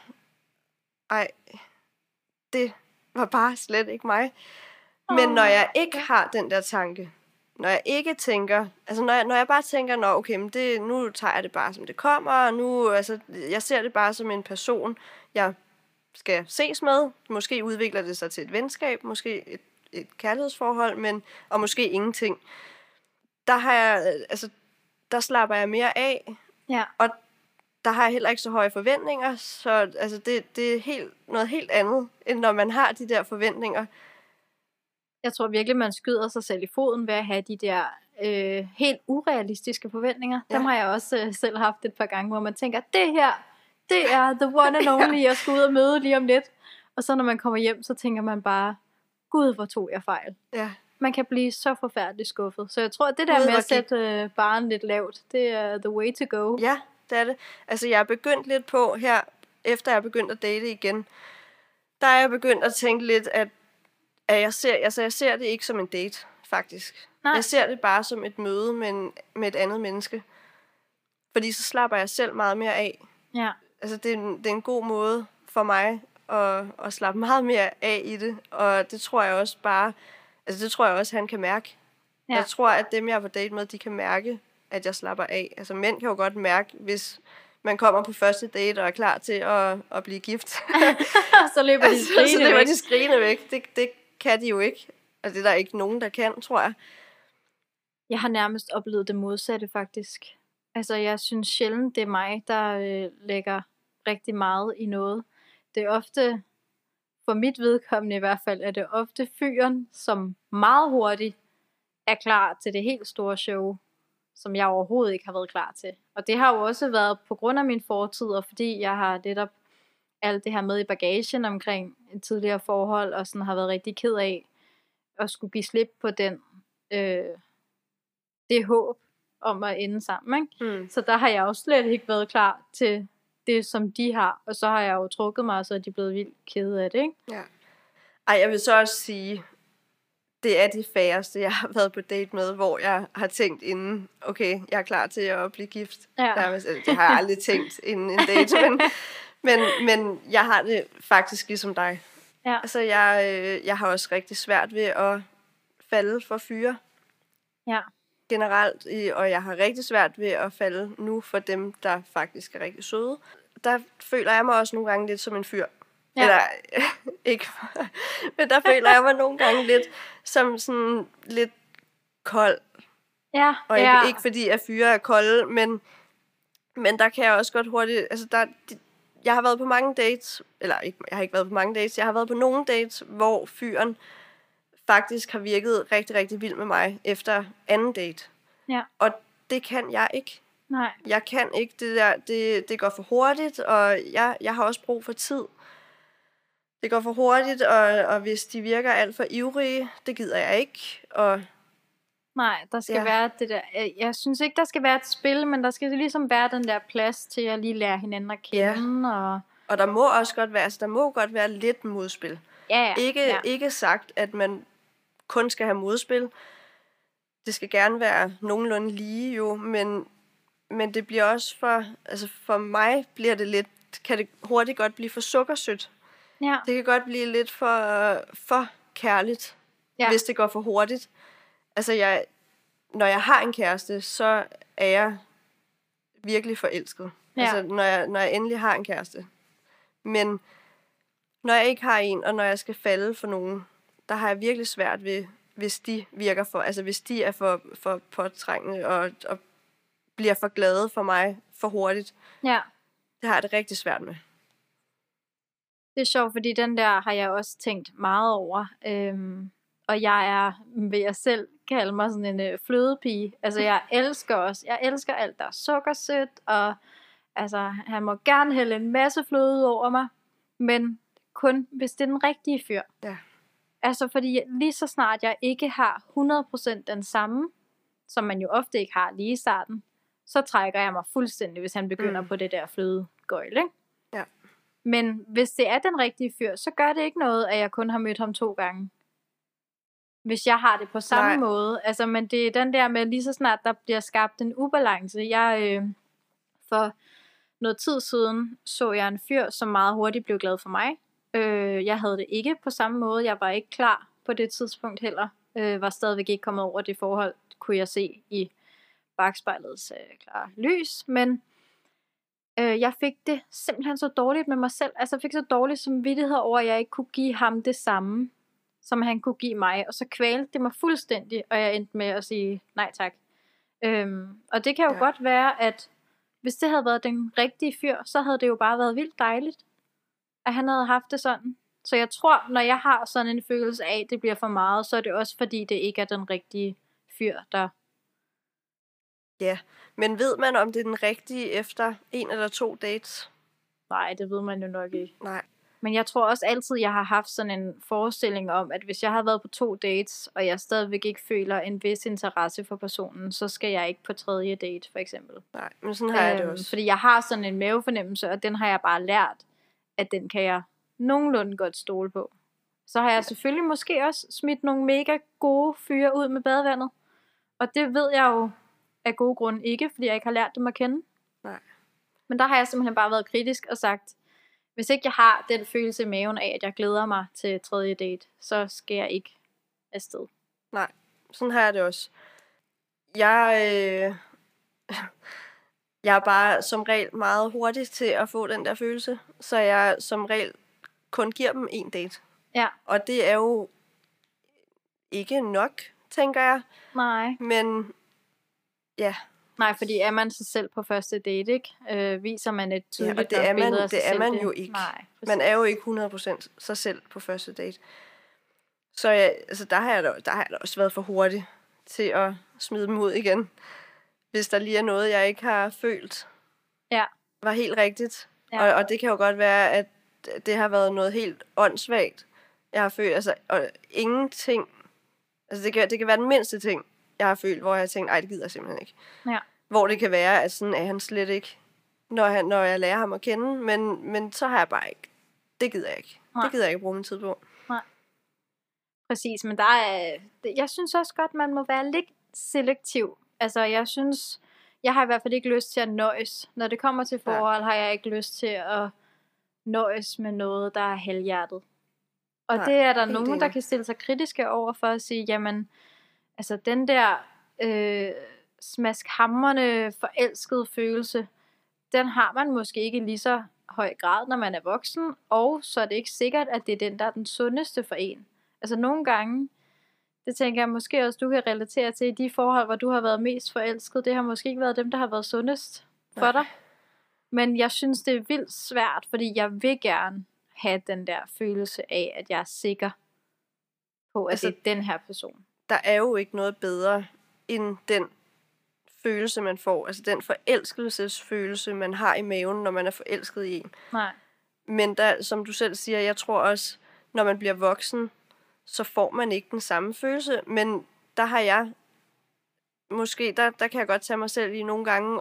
det var bare slet ikke mig. Men når jeg ikke har den der tanke, når jeg ikke tænker, altså når jeg bare tænker, okay, men nu tager jeg det bare som det kommer, og nu, altså, jeg ser det bare som en person, jeg skal ses med, måske udvikler det sig til et venskab, måske et kærlighedsforhold, og måske ingenting. der har jeg, der slapper jeg mere af. Ja. Og der har jeg heller ikke så høje forventninger, så altså det er noget helt andet, end når man har de der forventninger. Jeg tror virkelig, man skyder sig selv i foden ved at have de der helt urealistiske forventninger. Ja. Dem har jeg også selv haft et par gange, hvor man tænker, det her, det er the one and only, jeg skal ud og møde lige om lidt. Og så når man kommer hjem, så tænker man bare, gud, hvor tog jeg fejl. Ja. Man kan blive så forfærdeligt skuffet. Så jeg tror, det der med at sætte barren lidt lavt, det er the way to go. Ja, det er det. Altså, jeg er begyndt lidt på her, efter jeg er begyndt at date igen, der er jeg begyndt at tænke lidt, at jeg ser det ikke som en date, faktisk. Nej. Jeg ser det bare som et møde med et andet menneske. Fordi så slapper jeg selv meget mere af. Ja. Altså, det er en god måde for mig at slappe meget mere af i det. Og det tror jeg også han kan mærke. Ja. Jeg tror, at dem, jeg er på date med, de kan mærke, at jeg slapper af. Altså, mænd kan jo godt mærke, hvis man kommer på første date og er klar til at blive gift. Så løber de skrigende væk. Det kan de jo ikke. Altså, det er der ikke nogen, der kan, tror jeg. Jeg har nærmest oplevet det modsatte, faktisk. Altså, jeg synes sjældent, det er mig, der lægger rigtig meget i noget. Det er ofte, for mit vedkommende i hvert fald, er det ofte fyren, som meget hurtigt er klar til det helt store show, som jeg overhovedet ikke har været klar til. Og det har jo også været på grund af min fortid, og fordi jeg har netop alt det her med i bagagen omkring et tidligere forhold, og sådan har været rigtig ked af at skulle give slip på det håb om at ende sammen. Ikke? Så der har jeg jo slet ikke været klar til det, som de har. Og så har jeg jo trukket mig, og så er de blevet vildt kede af det. Ikke? Ja. Ej, jeg vil så også sige, det er de færreste, jeg har været på date med, hvor jeg har tænkt inden, okay, jeg er klar til at blive gift. Ja. Det har jeg aldrig tænkt inden en date, men jeg har det faktisk ligesom dig. Ja. Altså, jeg har også rigtig svært ved at falde for fyre. Ja. Generelt, og jeg har rigtig svært ved at falde nu for dem, der faktisk er rigtig søde. Der føler jeg mig også nogle gange lidt som en fyr. Ja. Eller ikke, men der føler jeg mig nogle gange lidt som sådan lidt kold. Ja. Og ikke fordi at fyre er kolde, men der kan jeg også godt hurtigt, altså jeg har været på mange dates, eller ikke, jeg har ikke været på mange dates, jeg har været på nogle dates, hvor fyren faktisk har virket rigtig, rigtig vild med mig efter anden date. Ja. Og det kan jeg ikke. Nej. Jeg kan ikke det der, det går for hurtigt, og jeg har også brug for tid. Det går for hurtigt, og hvis de virker alt for ivrige, det gider jeg ikke. Og nej, der skal være det der. Jeg synes ikke, der skal være et spil, men der skal ligesom være den der plads til at lige lære hinanden at kende. Ja. Og der må også godt være, der må godt være lidt modspil. Ja. Ikke sagt, at man kun skal have modspil. Det skal gerne være nogenlunde lige jo, men det bliver også for mig bliver det lidt, kan det hurtigt godt blive for sukkersødt. Ja. Det kan godt blive lidt for kærligt, hvis det går for hurtigt. Altså når jeg har en kæreste, så er jeg virkelig forelsket. Ja. Altså når jeg endelig har en kæreste. Men når jeg ikke har en, og når jeg skal falde for nogen, der har jeg virkelig svært ved, hvis de virker hvis de er for påtrængende og bliver for glade for mig for hurtigt. Ja. Det har jeg det rigtig svært med. Det er sjovt, fordi den der har jeg også tænkt meget over. Og jeg vil jeg selv kalde mig sådan en flødepige. Altså jeg elsker alt, der er sukkersødt, og altså han må gerne hælde en masse fløde over mig, men kun hvis det er den rigtige fyr. Ja. Altså fordi lige så snart jeg ikke har 100% den samme, som man jo ofte ikke har lige i starten, så trækker jeg mig fuldstændig, hvis han begynder på det der flødegøjl, ikke? Ja. Men hvis det er den rigtige fyr, så gør det ikke noget, at jeg kun har mødt ham 2 gange. Hvis jeg har det på samme måde. Altså, men det er den der med, lige så snart der bliver skabt en ubalance. For noget tid siden så jeg en fyr, som meget hurtigt blev glad for mig. Jeg havde det ikke på samme måde. Jeg var ikke klar på det tidspunkt heller. Var stadigvæk ikke kommet over det forhold, kunne jeg se i bagspejlets klare lys. Men jeg fik det simpelthen så dårligt med mig selv. Altså jeg fik så dårligt samvittighed over, at jeg ikke kunne give ham det samme, som han kunne give mig. Og så kvalte det mig fuldstændig, og jeg endte med at sige nej tak. Og det kan jo Ja. godt være, at hvis det havde været den rigtige fyr, så havde det jo bare været vildt dejligt, at han havde haft det sådan. Så jeg tror, når jeg har sådan en følelse af, at det bliver for meget, så er det også fordi, det ikke er den rigtige fyr, der... Ja, men ved man, om det er den rigtige efter 1 eller 2 dates? Nej, det ved man jo nok ikke. Nej. Men jeg tror også altid, jeg har haft sådan en forestilling om, at hvis jeg har været på 2 dates, og jeg stadigvæk ikke føler en vis interesse for personen, så skal jeg ikke på 3. date, for eksempel. Nej, men sådan har jeg det også. Fordi jeg har sådan en mavefornemmelse, og den har jeg bare lært, at den kan jeg nogenlunde godt stole på. Så har jeg selvfølgelig måske også smidt nogle mega gode fyre ud med badevandet. Og det ved jeg jo af gode grunde ikke, fordi jeg ikke har lært dem at kende. Nej. Men der har jeg simpelthen bare været kritisk og sagt, hvis ikke jeg har den følelse i maven af, at jeg glæder mig til 3. date, så skal jeg ikke afsted. Nej, sådan har jeg det også. Jeg er bare som regel meget hurtig til at få den der følelse, så jeg som regel kun giver dem 1 date. Ja. Og det er jo ikke nok, tænker jeg. Nej. Men ja. Nej, fordi er man sig selv på første date, ikke? Viser man et tydeligt og det er man, billede af sig det er selv, man det? jo ikke. Nej, man er jo ikke 100% sig selv på første date. Så der har jeg da også været for hurtig til at smide dem ud igen. Hvis der lige er noget, jeg ikke har følt var helt rigtigt. Ja. Og det kan jo godt være, at det har været noget helt åndssvagt, jeg har følt. Altså, og ingenting. Altså, det kan være den mindste ting, jeg har følt, hvor jeg har tænkt, ej, det gider jeg simpelthen ikke. Ja. Hvor det kan være, at sådan er han slet ikke, når jeg lærer ham at kende. Men så har jeg bare ikke. Det gider jeg ikke. Nej. Det gider jeg ikke bruge min tid på. Nej. Præcis, men jeg synes også godt, man må være lidt selektiv. Altså, jeg har i hvert fald ikke lyst til at nøjes. Når det kommer til forhold, har jeg ikke lyst til at nøjes med noget, der er halvhjertet. Og Nej, det er der helt nogen, enig. der kan stille sig kritiske over for at sige, jamen, altså den der smaskhamrende forelskede følelse, den har man måske ikke i lige så høj grad, når man er voksen, og så er det ikke sikkert, at det er den, der er den sundeste for en. Altså nogle gange, det tænker jeg måske også, du kan relatere til, i de forhold, hvor du har været mest forelsket, det har måske ikke været dem, der har været sundest for dig. Men jeg synes, det er vildt svært, fordi jeg vil gerne have den der følelse af, at jeg er sikker på, at det er den her person. Der er jo ikke noget bedre end den følelse, man får. Altså den forelskelsesfølelse, man har i maven, når man er forelsket i en. Nej. Men der, som du selv siger, jeg tror også, når man bliver voksen, så får man ikke den samme følelse. Men der har jeg, måske, der kan jeg godt tage mig selv i nogle gange,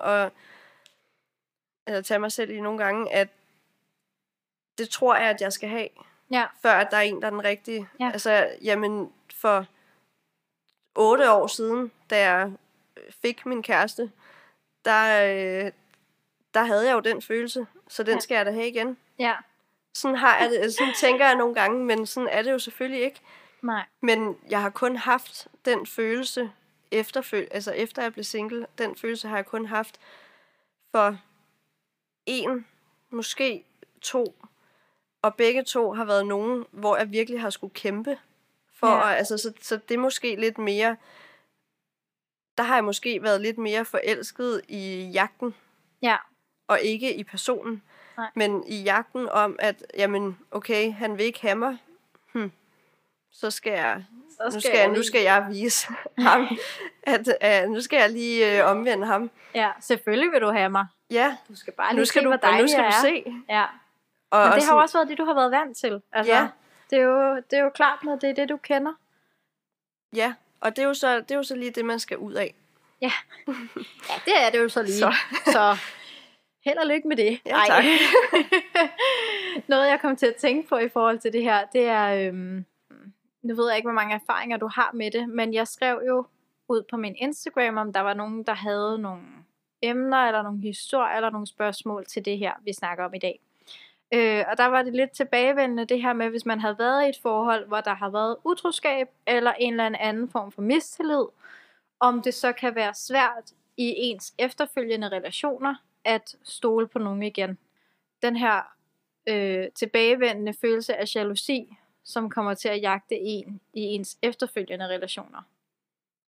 at det tror jeg, at jeg skal have, før at der er en, der er den rigtige. Ja. Altså, jamen, for 8 år siden, da jeg fik min kæreste, der havde jeg jo den følelse, så den skal jeg da have igen. Ja. Sådan tænker jeg nogle gange, men sådan er det jo selvfølgelig ikke. Nej. Men jeg har kun haft den følelse, efter jeg blev single, den følelse har jeg kun haft for 1, måske 2, og begge 2 har været nogen, hvor jeg virkelig har skulle kæmpe for, så det er måske lidt mere, der har jeg måske været lidt mere forelsket i jagten, og ikke i personen. Nej. Men i jagten om, at jamen, okay, han vil ikke have mig, så skal jeg vise ham, at nu skal jeg lige omvende ham. Ja, selvfølgelig vil du have mig. Ja. Du skal bare lige se, hvor dejlig jeg er. Nu skal du se. Ja. Og men det har jo også været det, du har været vant til. Altså, ja. Det er jo klart, når det er det, du kender. Ja, og det er jo så lige det, man skal ud af. Ja, det er det jo så lige. Så held og lykke med det. Ja, tak. Noget, jeg kom til at tænke på i forhold til det her, det er, nu ved jeg ikke, hvor mange erfaringer du har med det, men jeg skrev jo ud på min Instagram, om der var nogen, der havde nogle emner, eller nogle historier, eller nogle spørgsmål til det her, vi snakker om i dag. Og der var det lidt tilbagevendende, det her med, hvis man havde været i et forhold, hvor der har været utroskab, eller en eller anden form for mistillid, om det så kan være svært i ens efterfølgende relationer, at stole på nogen igen. Den her tilbagevendende følelse af jalousi, som kommer til at jagte en i ens efterfølgende relationer.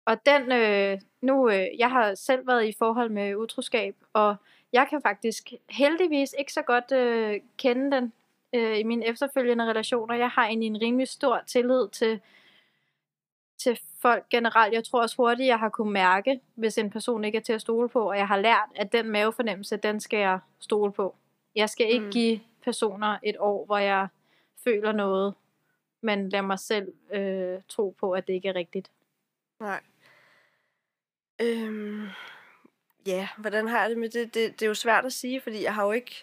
Og jeg har selv været i forhold med utroskab, og jeg kan faktisk heldigvis ikke så godt kende den i mine efterfølgende relationer. Jeg har egentlig en rimelig stor tillid til folk generelt. Jeg tror også hurtigt, jeg har kunne mærke, hvis en person ikke er til at stole på, og jeg har lært, at den mavefornemmelse, den skal jeg stole på. Jeg skal ikke give personer et år, hvor jeg føler noget, men lad mig selv tro på, at det ikke er rigtigt. Nej. Ja, hvordan har jeg det med det? Det er jo svært at sige, fordi jeg har jo ikke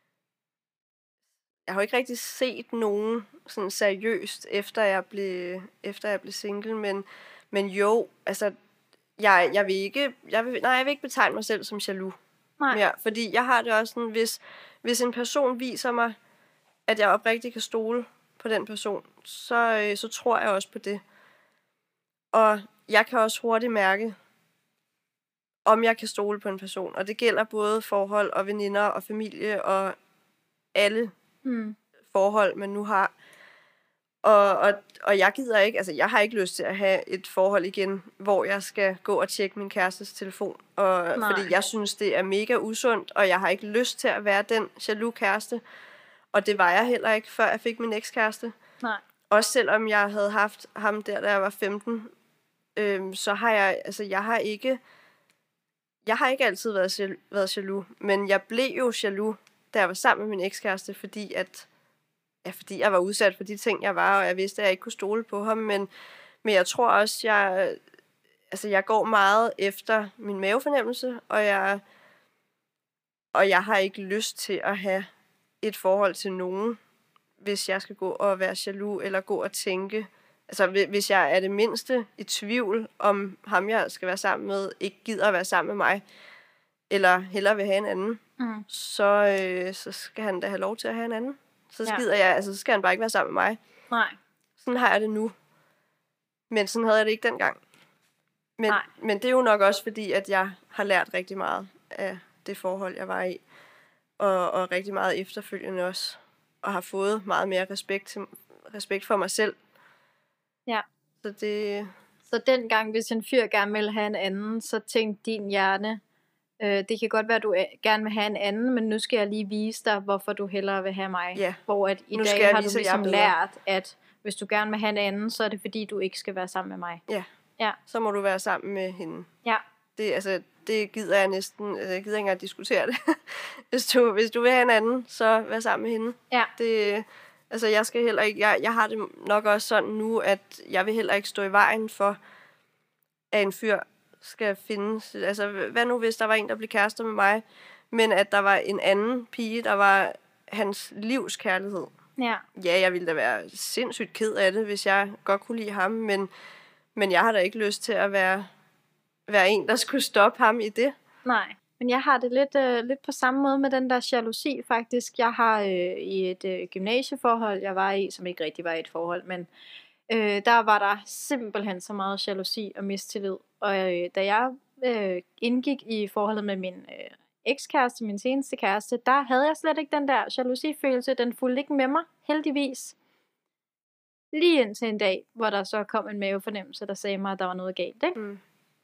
rigtig set nogen sådan seriøst, efter jeg blev single, men jo, altså, jeg vil ikke betegne mig selv som jaloux. Nej. mere, fordi jeg har det også sådan, hvis en person viser mig, at jeg oprigtigt kan stole på den person, så tror jeg også på det. Og jeg kan også hurtigt mærke, om jeg kan stole på en person, og det gælder både forhold og veninder og familie og alle forhold, man nu har. Og jeg gider ikke, altså jeg har ikke lyst til at have et forhold igen, hvor jeg skal gå og tjekke min kærestes telefon, fordi jeg synes, det er mega usundt, og jeg har ikke lyst til at være den jaloux kæreste, og det var jeg heller ikke, før jeg fik min ekskæreste. Nej. Også selvom jeg havde haft ham der, da jeg var 15, så har jeg har ikke altid været jaloux, men jeg blev jo jaloux, da jeg var sammen med min ekskæreste, fordi jeg var udsat for de ting, jeg var, og jeg vidste, at jeg ikke kunne stole på ham, men jeg tror også, jeg går meget efter min mavefornemmelse, og jeg har ikke lyst til at have et forhold til nogen, hvis jeg skal gå og være jaloux, eller gå og tænke, altså hvis jeg er det mindste i tvivl, om ham jeg skal være sammen med, ikke gider at være sammen med mig, eller hellere vil have en anden, så skal han da have lov til at have en anden. Så så skal han bare ikke være sammen med mig. Nej. Sådan har jeg det nu. Men sådan havde jeg det ikke dengang. Men det er jo nok også fordi, at jeg har lært rigtig meget af det forhold, jeg var i. Og rigtig meget efterfølgende også. Og har fået meget mere respekt for mig selv. Ja. Så dengang, hvis en fyr gerne ville have en anden, så tænkte din hjerne, det kan godt være, at du gerne vil have en anden, men nu skal jeg lige vise dig, hvorfor du hellere vil have mig. Ja. Hvor at i dag har du ligesom lært, at hvis du gerne vil have en anden, så er det fordi, du ikke skal være sammen med mig. Ja. Så må du være sammen med hende. Ja. Det gider jeg næsten, jeg gider ikke engang diskutere det. hvis du vil have en anden, så vær sammen med hende. Ja. Jeg skal heller ikke, jeg har det nok også sådan nu, at jeg vil heller ikke stå i vejen for, at en fyr skal findes. Altså, hvad nu hvis der var en, der blev kærester med mig, men at der var en anden pige, der var hans livs kærlighed. Ja. Ja, jeg ville da være sindssygt ked af det, hvis jeg godt kunne lide ham, men jeg har da ikke lyst til at være en, der skulle stoppe ham i det. Nej, men jeg har det lidt på samme måde med den der jalousi faktisk. Jeg har i et gymnasieforhold, jeg var i, som ikke rigtig var et forhold, men der var der simpelthen så meget jalousi og mistillid. Og da jeg indgik i forholdet med min ekskæreste, min seneste kæreste, der havde jeg slet ikke den der jalousifølelse. Den fulgte ikke med mig, heldigvis. Lige indtil en dag, hvor der så kom en mavefornemmelse, der sagde mig, at der var noget galt, ikke?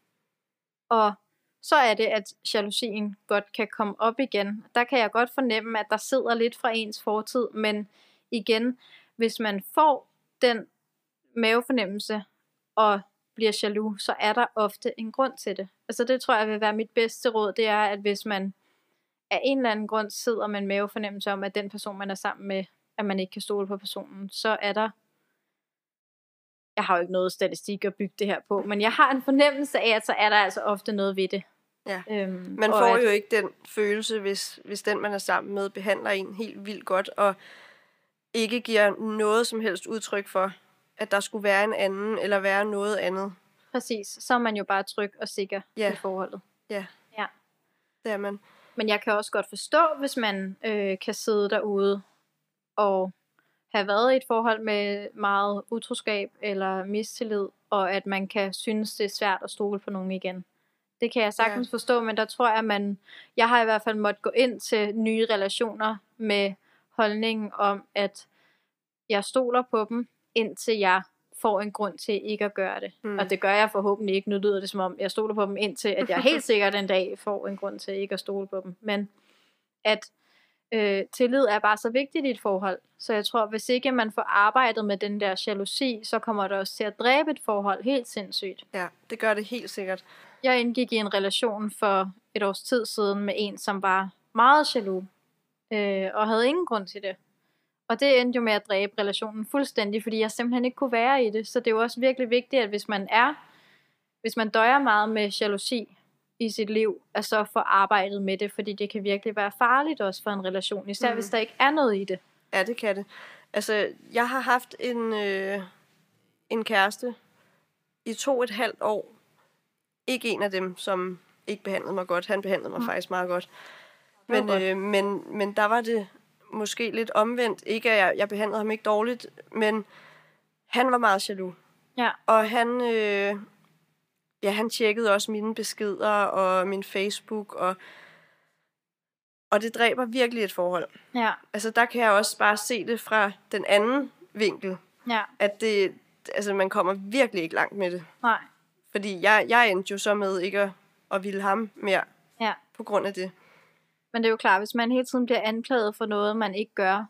Og så er det, at jalousien godt kan komme op igen. Der kan jeg godt fornemme, at der sidder lidt fra ens fortid, men igen, hvis man får den mavefornemmelse og bliver jaloux, så er der ofte en grund til det. Altså det tror jeg vil være mit bedste råd, det er, at hvis man af en eller anden grund sidder med en mavefornemmelse om, at den person, man er sammen med, at man ikke kan stole på personen, så er der, jeg har jo ikke noget statistik at bygge det her på, men jeg har en fornemmelse af, at så er der altså ofte noget ved det. Ja. Man får jo ikke den følelse, hvis den, man er sammen med, behandler en helt vildt godt, og ikke giver noget som helst udtryk for, at der skulle være en anden, eller være noget andet. Præcis. Så er man jo bare tryg og sikker i forholdet. Ja. Det er man. Men jeg kan også godt forstå, hvis man kan sidde derude og have været i et forhold med meget utroskab eller mistillid, og at man kan synes, det er svært at stole på nogen igen. Det kan jeg sagtens forstå, men der tror jeg, jeg har i hvert fald måttet gå ind til nye relationer med holdningen om, at jeg stoler på dem, indtil jeg får en grund til ikke at gøre det. Og det gør jeg forhåbentlig ikke. Nu lyder det som om, jeg stoler på dem indtil, at jeg helt sikkert en dag får en grund til ikke at stole på dem. Men at tillid er bare så vigtigt i et forhold. Så jeg tror, hvis ikke man får arbejdet med den der jalousi, så kommer det også til at dræbe et forhold helt sindssygt. Ja, det gør det helt sikkert. Jeg indgik i en relation for et års tid siden med en, som var meget jaloux, og havde ingen grund til det. Og det endte jo med at dræbe relationen fuldstændig, fordi jeg simpelthen ikke kunne være i det. Så det er jo også virkelig vigtigt, at hvis man døjer meget med jalousi i sit liv, at så få arbejdet med det, fordi det kan virkelig være farligt også for en relation, især hvis der ikke er noget i det. Ja, det kan det. Altså, jeg har haft en kæreste i 2,5 år. Ikke en af dem, som ikke behandlede mig godt. Han behandlede mig faktisk meget godt. Men der var det måske lidt omvendt. Ikke at jeg behandlede ham ikke dårligt, men han var meget jaloux. Ja. Og han tjekkede også mine beskeder og min Facebook, og det dræber virkelig et forhold. Ja. Altså, der kan jeg også bare se det fra den anden vinkel. Ja. At man kommer virkelig ikke langt med det. Nej. Fordi jeg endte jo så med ikke at ville ham mere på grund af det. Men det er jo klart, hvis man hele tiden bliver anklaget for noget, man ikke gør,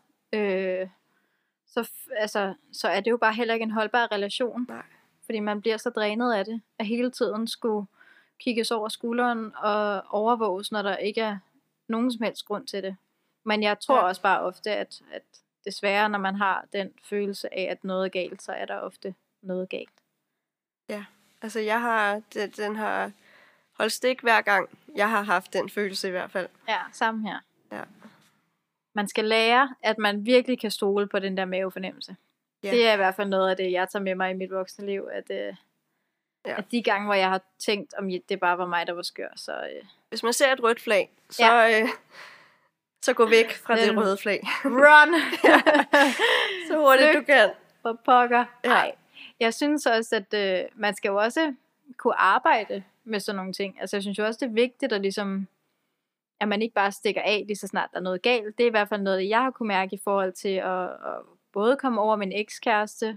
så er det jo bare heller ikke en holdbar relation. Nej. Fordi man bliver så drænet af det, at hele tiden skulle kigges over skulderen og overvåges, når der ikke er nogen som helst grund til det. Men jeg tror også bare ofte, at desværre, når man har den følelse af, at noget er galt, så er der ofte noget galt. Ja, altså den har holdt stik hver gang, jeg har haft den følelse i hvert fald. Ja, samme her. Ja. Man skal lære, at man virkelig kan stole på den der mavefornemmelse. Ja. Det er i hvert fald noget af det, jeg tager med mig i mit voksne liv, at de gange, hvor jeg har tænkt, om det bare var mig, der var skør, så... Hvis man ser et rødt flag, så gå væk fra det røde flag. Run! Så hurtigt du kan. For pokker. Nej. Jeg synes også, at man skal jo også kunne arbejde med sådan nogle ting. Altså jeg synes jo også, det er vigtigt, at man ikke bare stikker af, lige så snart der er noget galt. Det er i hvert fald noget, jeg har kunne mærke i forhold til at både komme over min ekskæreste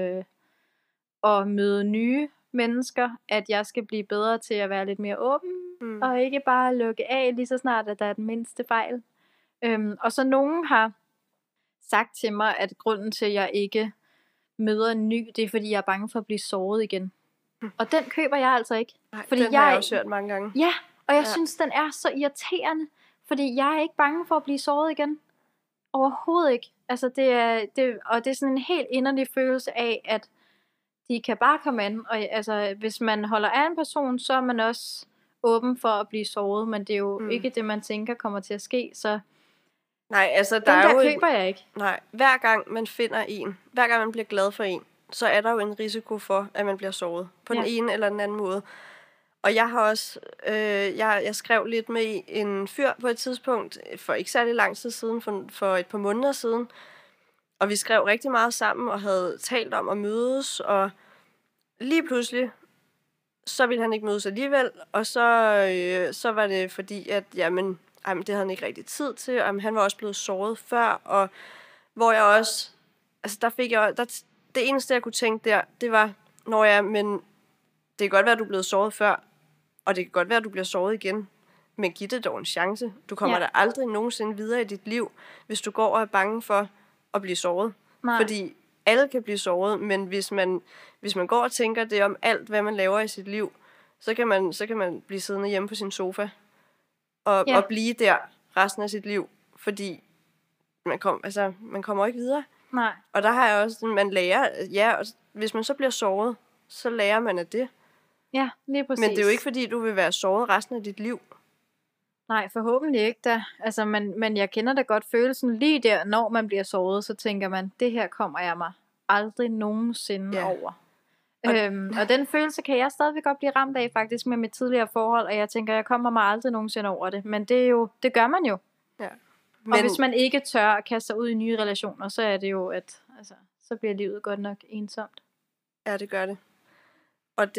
og møde nye mennesker, at jeg skal blive bedre til at være lidt mere åben, og ikke bare lukke af lige så snart, at der er den mindste fejl. Og så nogen har sagt til mig, at grunden til, at jeg ikke møder en ny, det er, fordi jeg er bange for at blive såret igen. Og den køber jeg altså ikke. Nej, fordi den har jeg også hørt mange gange. Ja, og jeg synes, den er så irriterende, fordi jeg er ikke bange for at blive såret igen. Overhovedet ikke. Altså det er sådan en helt inderlig følelse af, at de kan bare komme an. Og altså, hvis man holder af en person, så er man også åben for at blive såret, men det er jo ikke det, man tænker kommer til at ske, så nej, altså der køber jeg ikke. Nej, hver gang man finder en, hver gang man bliver glad for en, så er der jo en risiko for, at man bliver såret på den ene eller den anden måde. Og jeg har også, jeg skrev lidt med en fyr på et tidspunkt, for ikke særlig lang tid siden, for et par måneder siden, og vi skrev rigtig meget sammen, og havde talt om at mødes, og lige pludselig, så ville han ikke mødes alligevel, og så var det fordi, at jamen, det havde han ikke rigtig tid til, og han var også blevet såret før, og hvor jeg også, altså det eneste, jeg kunne tænke der, det var, men det kan godt være, at du er blevet såret før, og det kan godt være, at du bliver såret igen, men giv det dog en chance. Du kommer da aldrig nogensinde videre i dit liv, hvis du går og er bange for at blive såret. Nej. Fordi alle kan blive såret, men hvis man går og tænker det om alt, hvad man laver i sit liv, så kan man blive siddende hjemme på sin sofa og blive der resten af sit liv, fordi man kommer ikke videre. Nej. Og der har jeg også, man lærer, og hvis man så bliver såret, så lærer man af det. Ja, lige præcis. Men det er jo ikke, fordi du vil være såret resten af dit liv. Nej, forhåbentlig ikke da. Altså, men jeg kender da godt følelsen lige der, når man bliver såret, så tænker man, det her kommer jeg mig aldrig nogensinde over. Og den følelse kan jeg stadigvæk godt blive ramt af faktisk med mit tidligere forhold, og jeg tænker, jeg kommer mig aldrig nogensinde over det. Men det gør man jo. Ja. Men... Og hvis man ikke tør at kaste sig ud i nye relationer, så er det jo, at så bliver livet godt nok ensomt. Ja, det gør det. Og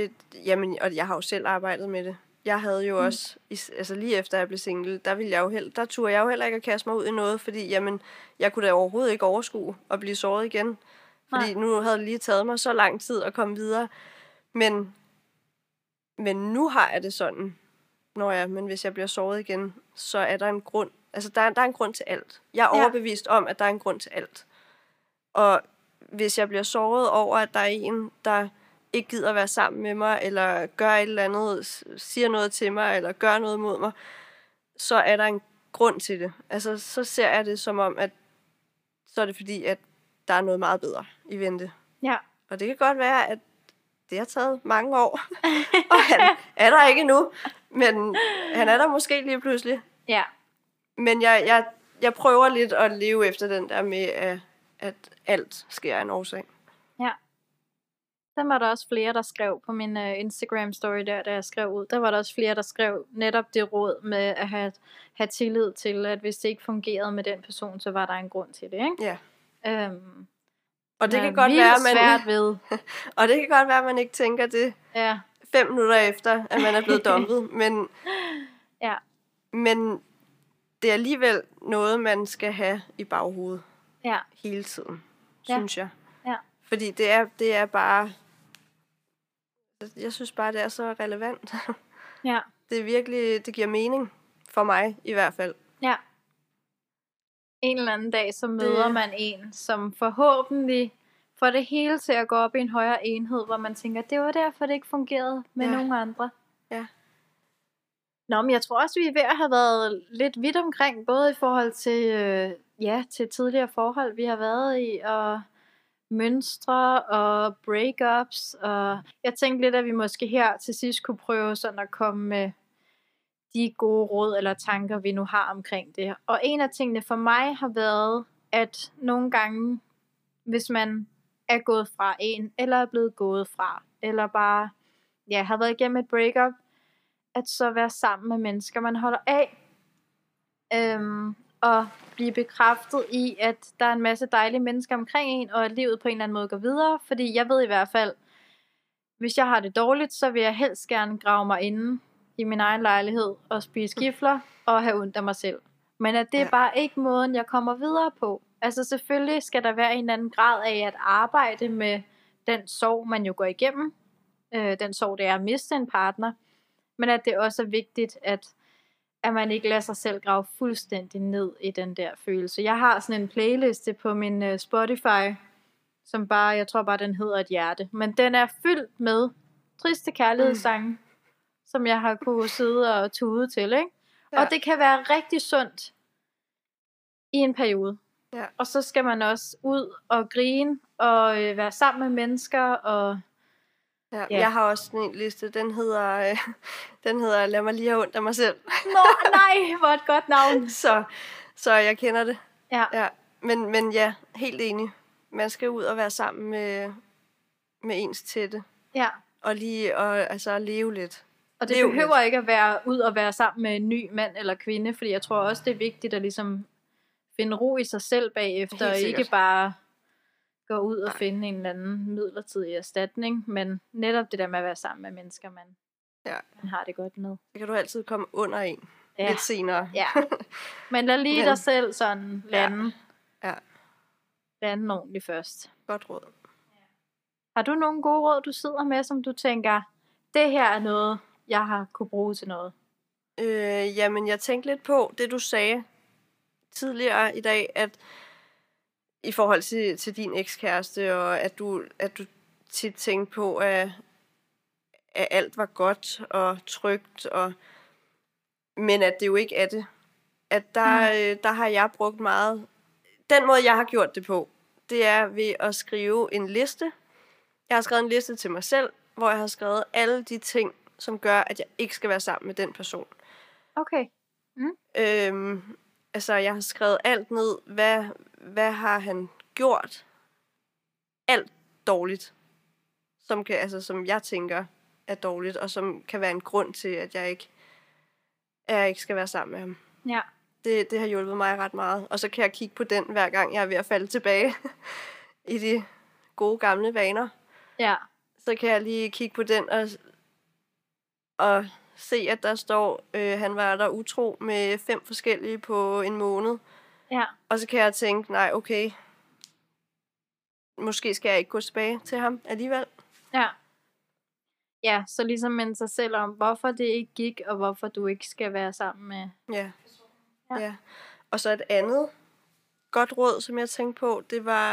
og jeg har jo selv arbejdet med det. Jeg havde jo også, altså lige efter jeg blev single, der turde jeg jo heller ikke at kaste mig ud i noget, fordi jeg kunne da overhovedet ikke overskue at blive såret igen. Fordi nu havde det lige taget mig så lang tid at komme videre. Men nu har jeg det sådan, men hvis jeg bliver såret igen, så er der en grund. Altså, der er en grund til alt. Jeg er overbevist om, at der er en grund til alt. Og hvis jeg bliver såret over, at der er en, der ikke gider være sammen med mig, eller gør et eller andet, siger noget til mig, eller gør noget mod mig, så er der en grund til det. Altså, så ser jeg det som om, at så er det fordi, at der er noget meget bedre i vente. Ja. Og det kan godt være, at det har taget mange år, og han er der ikke endnu, men han er der måske lige pludselig. Ja. Men jeg prøver lidt at leve efter den der med, at alt sker af en årsag. Ja. Der var der også flere, der skrev på min Instagram-story der jeg skrev ud. Der var der også flere, der skrev netop det råd med at have tillid til, at hvis det ikke fungerede med den person, så var der en grund til det, ikke? Ja. Og det kan godt være, svært ved. Og det kan godt være, at man ikke tænker det 5 minutter efter, at man er blevet dumpet. Men det er alligevel noget, man skal have i baghovedet hele tiden, synes jeg. Ja. Fordi det er bare... Jeg synes bare, det er så relevant. Ja. Det er virkelig... Det giver mening. For mig i hvert fald. Ja. En eller anden dag, så møder man en, som forhåbentlig får det hele til at gå op i en højere enhed, hvor man tænker, det var derfor, det ikke fungerede med nogen andre. Ja. Nå, men jeg tror også, vi er ved at have været lidt vidt omkring, både i forhold til, til tidligere forhold, vi har været i, og mønstre og breakups, og jeg tænkte lidt, at vi måske her til sidst kunne prøve sådan at komme med de gode råd eller tanker, vi nu har omkring det. Og en af tingene for mig har været, at nogle gange, hvis man er gået fra en, eller er blevet gået fra, eller bare har været igennem et breakup, at så være sammen med mennesker, man holder af, og blive bekræftet i, at der er en masse dejlige mennesker omkring en, og at livet på en eller anden måde går videre, fordi jeg ved i hvert fald, hvis jeg har det dårligt, så vil jeg helst gerne grave mig inde i min egen lejlighed, og spise gifler, og have ondt af mig selv. Men at det er bare ikke måden, jeg kommer videre på. Altså selvfølgelig skal der være en eller anden grad af at arbejde med den sorg, man jo går igennem. Den sorg, det er at miste en partner. Men at det også er vigtigt, at man ikke lader sig selv grave fuldstændig ned i den der følelse. Jeg har sådan en playliste på min Spotify, som bare, jeg tror bare, den hedder Et Hjerte. Men den er fyldt med triste kærlighedssange, som jeg har kunne sidde og tude til, ikke? Ja. Og det kan være rigtig sundt i en periode. Ja. Og så skal man også ud og grine og være sammen med mennesker og jeg har også en liste. Den hedder Lad mig lige have ondt af mig selv. Nå, nej, hvor et godt navn. Så jeg kender det. Ja. Men ja, helt enig. Man skal ud og være sammen med ens tætte. Ja. Og lige at leve lidt. Og det behøver ikke at være ud og være sammen med en ny mand eller kvinde, fordi jeg tror også, det er vigtigt at ligesom finde ro i sig selv bagefter, og ikke bare gå ud og finde en eller anden midlertidig erstatning, men netop det der med at være sammen med mennesker, man har det godt med. Det kan du altid komme under en lidt senere. Ja. Men lad lige dig selv sådan lande. Ja. Lande ordentligt først. Godt råd. Har du nogle gode råd, du sidder med, som du tænker, det her er noget, jeg har kunne bruge til noget? Jamen, jeg tænkte lidt på det, du sagde tidligere i dag, at i forhold til din ekskæreste, og at du tit tænkte på, at alt var godt og trygt, men at det jo ikke er det. At der har jeg brugt meget. Den måde, jeg har gjort det på, det er ved at skrive en liste. Jeg har skrevet en liste til mig selv, hvor jeg har skrevet alle de ting, som gør, at jeg ikke skal være sammen med den person. Okay. Altså, jeg har skrevet alt ned. Hvad har han gjort? Alt dårligt. Som jeg tænker er dårligt, og som kan være en grund til, at jeg ikke skal være sammen med ham. Ja. Det har hjulpet mig ret meget. Og så kan jeg kigge på den, hver gang jeg er ved at falde tilbage i de gode gamle vaner. Ja. Så kan jeg lige kigge på den og se, at der står, han var der utro med 5 forskellige på en måned. Ja. Og så kan jeg tænke, nej, okay. måske skal jeg ikke gå tilbage til ham alligevel. Ja. Ja, så ligesom minde sig selv om, hvorfor det ikke gik, og hvorfor du ikke skal være sammen med... Ja. Ja. Ja. Og så et andet godt råd, som jeg tænkte på, det var,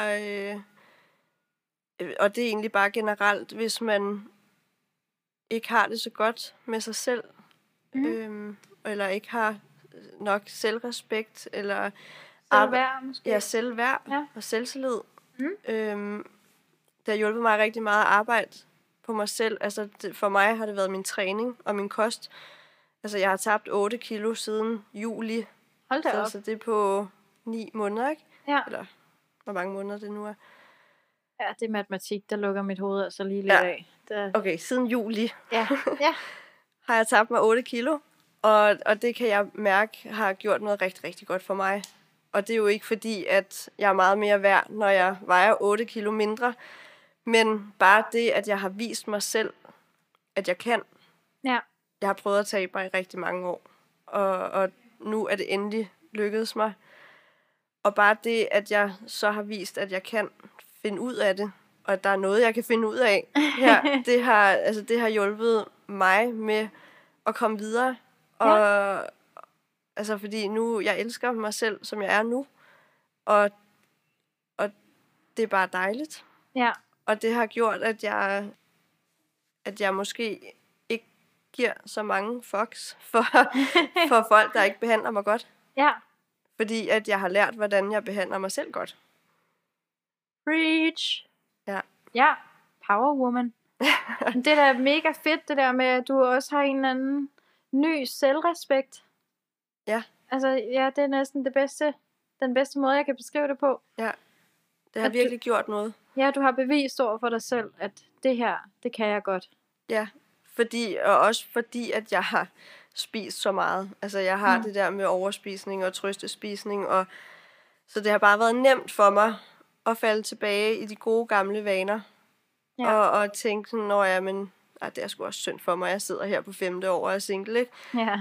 og det er egentlig bare generelt, hvis man ikke har det så godt med sig selv, eller ikke har nok selvrespekt, eller Selvværd, måske. Ja, selvværd og selvtillid. Det har hjulpet mig rigtig meget at arbejde på mig selv. Altså, for mig har det været min træning og min kost. Altså, jeg har tabt 8 kilo siden juli. Hold da op. Så det er på 9 måneder, ikke? Ja. Eller hvor mange måneder det nu er. Ja, det er matematik, der lukker mit hoved altså lige lidt af. Okay, siden juli ja. har jeg tabt mig 8 kilo. Og det kan jeg mærke har gjort noget rigtig, rigtig godt for mig. Og det er jo ikke fordi, at jeg er meget mere værd, når jeg vejer 8 kilo mindre. Men bare det, at jeg har vist mig selv, at jeg kan. Ja. Jeg har prøvet at tabe mig i rigtig mange år. Og nu er det endelig lykkedes mig. Og bare det, at jeg så har vist, at jeg kan finde ud af det, og at der er noget, jeg kan finde ud af her, det har hjulpet mig med at komme videre. Og altså, fordi nu, jeg elsker mig selv, som jeg er nu. Og det er bare dejligt. Ja. Og det har gjort, at jeg måske ikke giver så mange fucks for folk, der ikke behandler mig godt. Ja. Fordi at jeg har lært, hvordan jeg behandler mig selv godt. Preach. Ja. Ja, power woman. Det er da mega fedt, det der med, at du også har en eller anden ny selvrespekt. Ja. Altså, ja, det er næsten den bedste måde, jeg kan beskrive det på. Ja, det har virkelig gjort noget. Ja, du har bevist over for dig selv, at det her, det kan jeg godt. Ja, også fordi, at jeg har spist så meget. Altså, jeg har det der med overspisning og trøstespisning, og så det har bare været nemt for mig at falde tilbage i de gode gamle vaner. Ja. Og tænke sådan, det er sgu også synd for mig, jeg sidder her på 5. år og er single, ikke? Ja.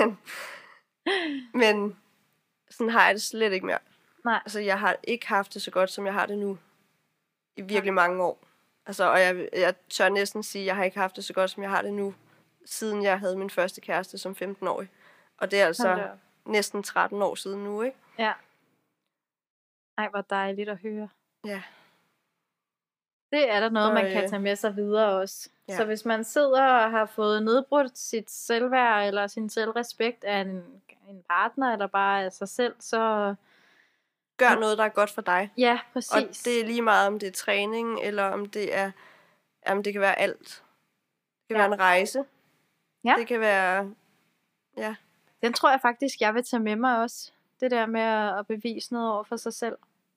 Men sådan har jeg det slet ikke mere. Nej. Altså, jeg har ikke haft det så godt, som jeg har det nu. I virkelig mange år. Altså, og jeg tør næsten sige, at jeg har ikke haft det så godt, som jeg har det nu, siden jeg havde min første kæreste som 15-årig. Og det er altså næsten 13 år siden nu, ikke? Ja. Ej, hvor dejligt at høre. Ja. Det er der noget, man kan tage med sig videre også. Ja. Så hvis man sidder og har fået nedbrudt sit selvværd eller sin selvrespekt af en partner eller bare af sig selv, så... Gør noget, der er godt for dig. Ja, præcis. Og det er lige meget, om det er træning, eller om det er... Jamen, det kan være alt. Det kan være en rejse. Ja. Det kan være... Ja. Den tror jeg faktisk, jeg vil tage med mig også. Det der med at bevise noget over for sig selv.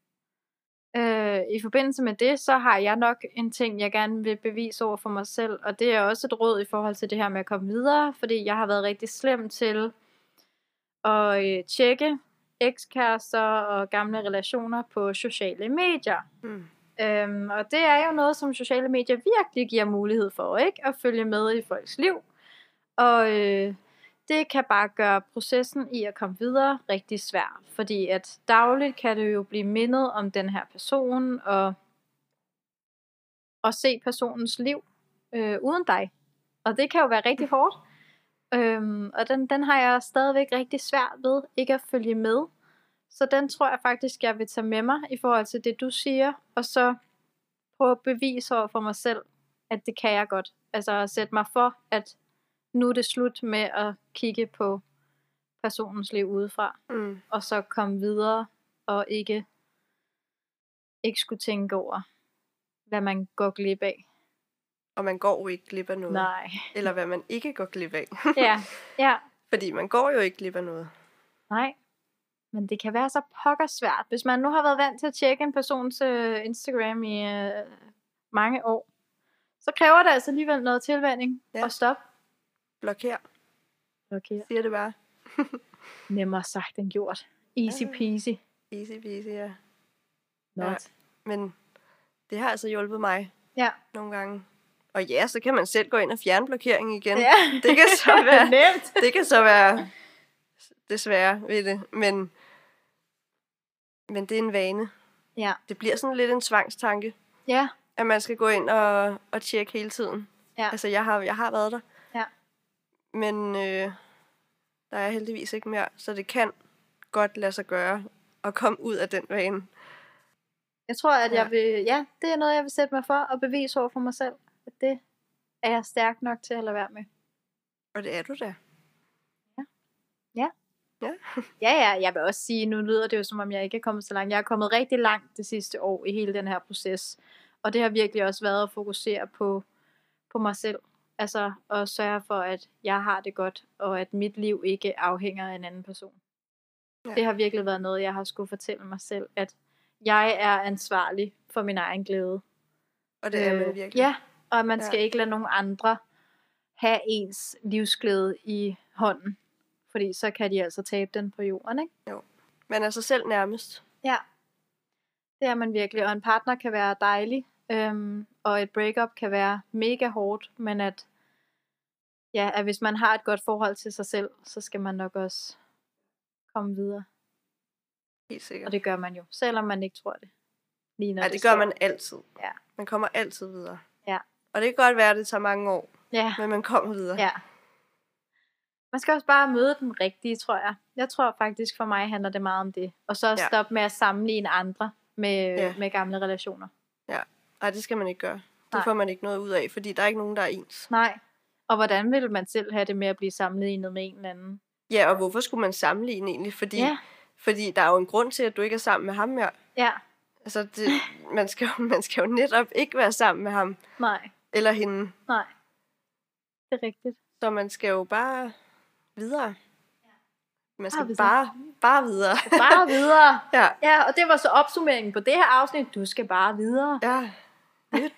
I forbindelse med det, så har jeg nok en ting, jeg gerne vil bevise over for mig selv. Og det er også et råd i forhold til det her med at komme videre. Fordi jeg har været rigtig slem til at tjekke ekskærester og gamle relationer på sociale medier. Og det er jo noget, som sociale medier virkelig giver mulighed for, ikke? At følge med i folks liv. Og det kan bare gøre processen i at komme videre rigtig svær. Fordi at dagligt kan du jo blive mindet om den her person, og se personens liv uden dig. Og det kan jo være rigtig hårdt. Og den har jeg stadigvæk rigtig svært ved ikke at følge med. Så den tror jeg faktisk, jeg vil tage med mig i forhold til det, du siger. Og så prøve at bevise over for mig selv, at det kan jeg godt. Altså at sætte mig for, at nu er det slut med at kigge på personens liv udefra. Og så komme videre og ikke skulle tænke over, hvad man går glip af. Og man går jo ikke glip af noget. Nej. Eller hvad man ikke går glip af. Ja. Fordi man går jo ikke glip af noget. Nej. Men det kan være så pokkersvært. Hvis man nu har været vant til at tjekke en persons Instagram i mange år, så kræver det altså alligevel noget tilvænning. Og stop. Blokér. Siger det bare. Nemmere sagt end gjort. Easy peasy. Easy peasy, ja. Ja. Men det har altså hjulpet mig nogle gange. Og ja, så kan man selv gå ind og fjerne blokeringen igen. Ja. Det kan så være nemt. Det kan så være desværre ved det. Men det er en vane. Ja. Det bliver sådan lidt en tvangstanke, Ja. at man skal gå ind og tjekke hele tiden. Ja. Altså, jeg har været der. Ja. Men der er heldigvis ikke mere, så det kan godt lade sig gøre at komme ud af den vane. Jeg tror, at jeg vil, det er noget, jeg vil sætte mig for og bevise over for mig selv. At det er jeg stærk nok til at lade være med. Og det er du da. Ja, jeg vil også sige, nu lyder det jo som om jeg ikke er kommet så langt. Jeg er kommet rigtig langt det sidste år i hele den her proces. Og det har virkelig også været at fokusere på mig selv. Altså at sørge for, at jeg har det godt, og at mit liv ikke afhænger af en anden person. Ja. Det har virkelig været noget, jeg har skulle fortælle mig selv, at jeg er ansvarlig for min egen glæde. Og det er man virkelig. Ja, og at man skal ikke lade nogen andre have ens livsglæde i hånden. Fordi så kan de altså tabe den på jorden, ikke? Jo. Man er sig selv nærmest. Ja, det er man virkelig. Og en partner kan være dejlig, og et breakup kan være mega hårdt, men at hvis man har et godt forhold til sig selv, så skal man nok også komme videre. Helt sikkert. Og det gør man jo, selvom man ikke tror det. Lige når det gør man altid. Ja. Man kommer altid videre. Ja. Og det kan godt være, at det tager mange år, men man kommer videre. Ja. Man skal også bare møde den rigtige, tror jeg. Jeg tror faktisk, for mig handler det meget om det. Og så stoppe med at sammenligne andre med gamle relationer. Ja, nej, det skal man ikke gøre. Det får man ikke noget ud af, fordi der er ikke nogen, der er ens. Nej, og hvordan vil man selv have det med at blive sammenlignet med en eller anden? Ja, og hvorfor skulle man sammenligne egentlig? Fordi der er jo en grund til, at du ikke er sammen med ham mere. Ja. Altså, man skal jo netop ikke være sammen med ham. Nej. Eller hende. Nej, det er rigtigt. Så man skal jo bare videre. Man skal videre. bare videre. Bare videre. Ja, og det var så opsummeringen på det her afsnit. Du skal bare videre. Ja, nyt.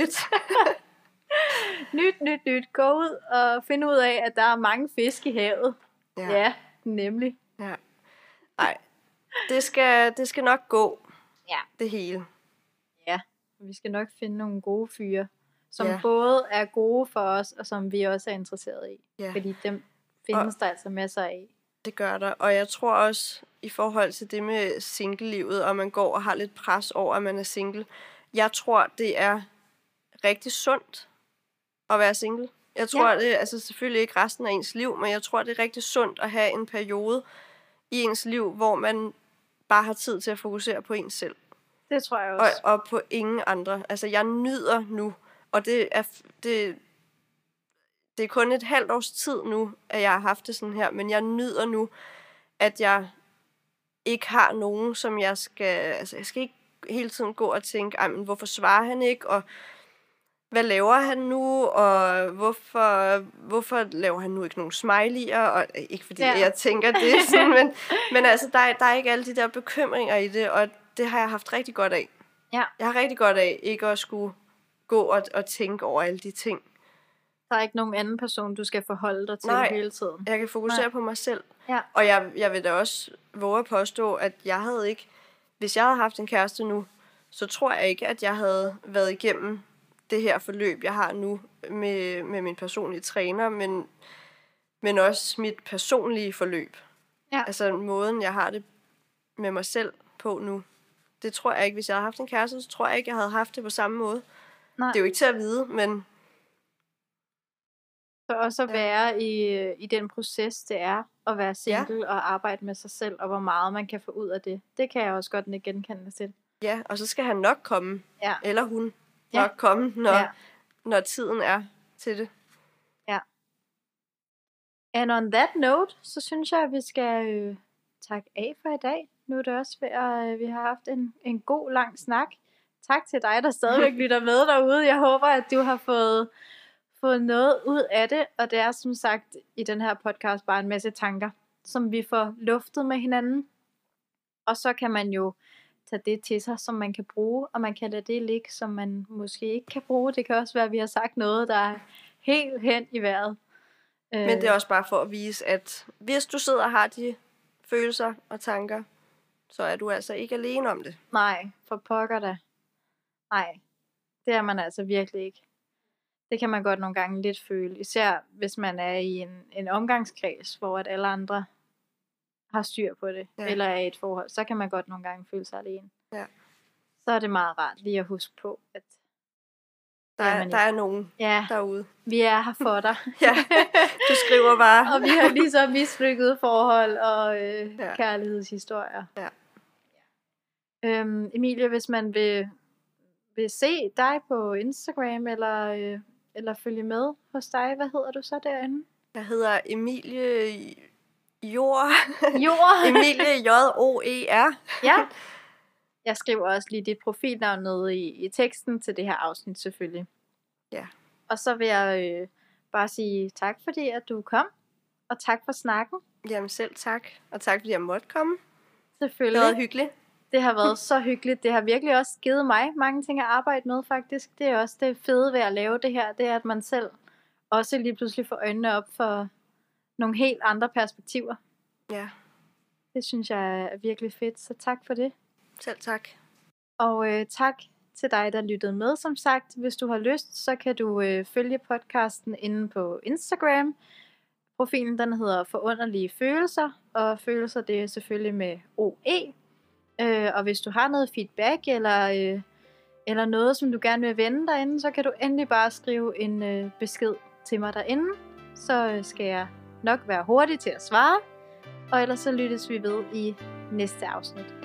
nyt. Gå ud og finde ud af, at der er mange fisk i havet. Ja nemlig. Ja. Nej, det skal nok gå. Ja. Det hele. Ja, vi skal nok finde nogle gode fyre, som både er gode for os, og som vi også er interesseret i. Ja. Fordi dem findes der altså masser af. Det gør der, og jeg tror også, i forhold til det med single-livet, og man går og har lidt pres over, at man er single, jeg tror, det er rigtig sundt at være single. Jeg tror, det er altså selvfølgelig ikke resten af ens liv, men jeg tror, det er rigtig sundt at have en periode i ens liv, hvor man bare har tid til at fokusere på ens selv. Det tror jeg også. Og på ingen andre. Altså, jeg nyder nu, og det er kun et halvt års tid nu, at jeg har haft det sådan her, men jeg nyder nu, at jeg ikke har nogen, som jeg skal ikke hele tiden gå og tænke, men hvorfor svarer han ikke, og hvad laver han nu, og hvorfor laver han nu ikke nogen smiley'er, og ikke fordi jeg tænker det, sådan, men altså, der er ikke alle de der bekymringer i det, og det har jeg haft rigtig godt af. Ja. Jeg har rigtig godt af ikke at skulle gå og tænke over alle de ting. Der er ikke nogen anden person, du skal forholde dig til hele tiden. Jeg kan fokusere på mig selv. Ja. Og jeg vil da også våge at påstå, at hvis jeg havde haft en kæreste nu, så tror jeg ikke, at jeg havde været igennem det her forløb, jeg har nu med min personlige træner, men også mit personlige forløb. Ja. Altså måden, jeg har det med mig selv på nu. Det tror jeg ikke, hvis jeg havde haft en kæreste, så tror jeg ikke, jeg havde haft det på samme måde. Nej. Det er jo ikke til at vide, men så også at være i den proces, det er at være single og arbejde med sig selv, og hvor meget man kan få ud af det. Det kan jeg også godt genkende til. Ja, og så skal han nok komme, eller hun nok Ja. komme, når tiden er til det. Ja. And on that note, så synes jeg, at vi skal takke af for i dag. Nu er det også ved, at vi har haft en god lang snak. Tak til dig, der stadigvæk lytter med derude. Jeg håber, at du har fået noget ud af det, og det er som sagt i den her podcast bare en masse tanker, som vi får luftet med hinanden. Og så kan man jo tage det til sig, som man kan bruge, og man kan lade det ligge, som man måske ikke kan bruge. Det kan også være, at vi har sagt noget, der er helt hen i vejret. Men det er også bare for at vise, at hvis du sidder og har de følelser og tanker, så er du altså ikke alene om det. Nej, for pokker da. Nej, det er man altså virkelig ikke. Det kan man godt nogle gange lidt føle, især hvis man er i en omgangskreds, hvor at alle andre har styr på det, eller er i et forhold, så kan man godt nogle gange føle sig alene. Ja. så er det meget rart lige at huske på, at Der er nogen derude. Vi er her for dig. Ja, du skriver bare. Og vi har lige så mislykkede forhold og kærlighedshistorier. Ja. Emilie, hvis man vil se dig på Instagram, eller følge med hos dig, hvad hedder du så derinde? Jeg hedder Emilie Jord. Emilie Joer. Ja. Jeg skriver også lige dit profilnavn nede i teksten til det her afsnit selvfølgelig. Ja. Og så vil jeg bare sige tak, fordi at du kom. Og tak for snakken. Jamen selv tak. Og tak, fordi jeg måtte komme. Selvfølgelig. Det har været hyggeligt. Det har været så hyggeligt. Det har virkelig også givet mig mange ting at arbejde med, faktisk. Det er også det fede ved at lave det her. Det er, at man selv også lige pludselig får øjnene op for nogle helt andre perspektiver. Ja. Det synes jeg er virkelig fedt. Så tak for det. Selv tak. Og tak til dig, der lyttede med, som sagt. Hvis du har lyst, så kan du følge podcasten inde på Instagram. Profilen, den hedder Forunderlige Følelser, og følelser, det er selvfølgelig med OE. Og hvis du har noget feedback, eller noget, som du gerne vil vende derinde, så kan du endelig bare skrive en besked til mig derinde. Så skal jeg nok være hurtig til at svare, og ellers så lyttes vi ved i næste afsnit.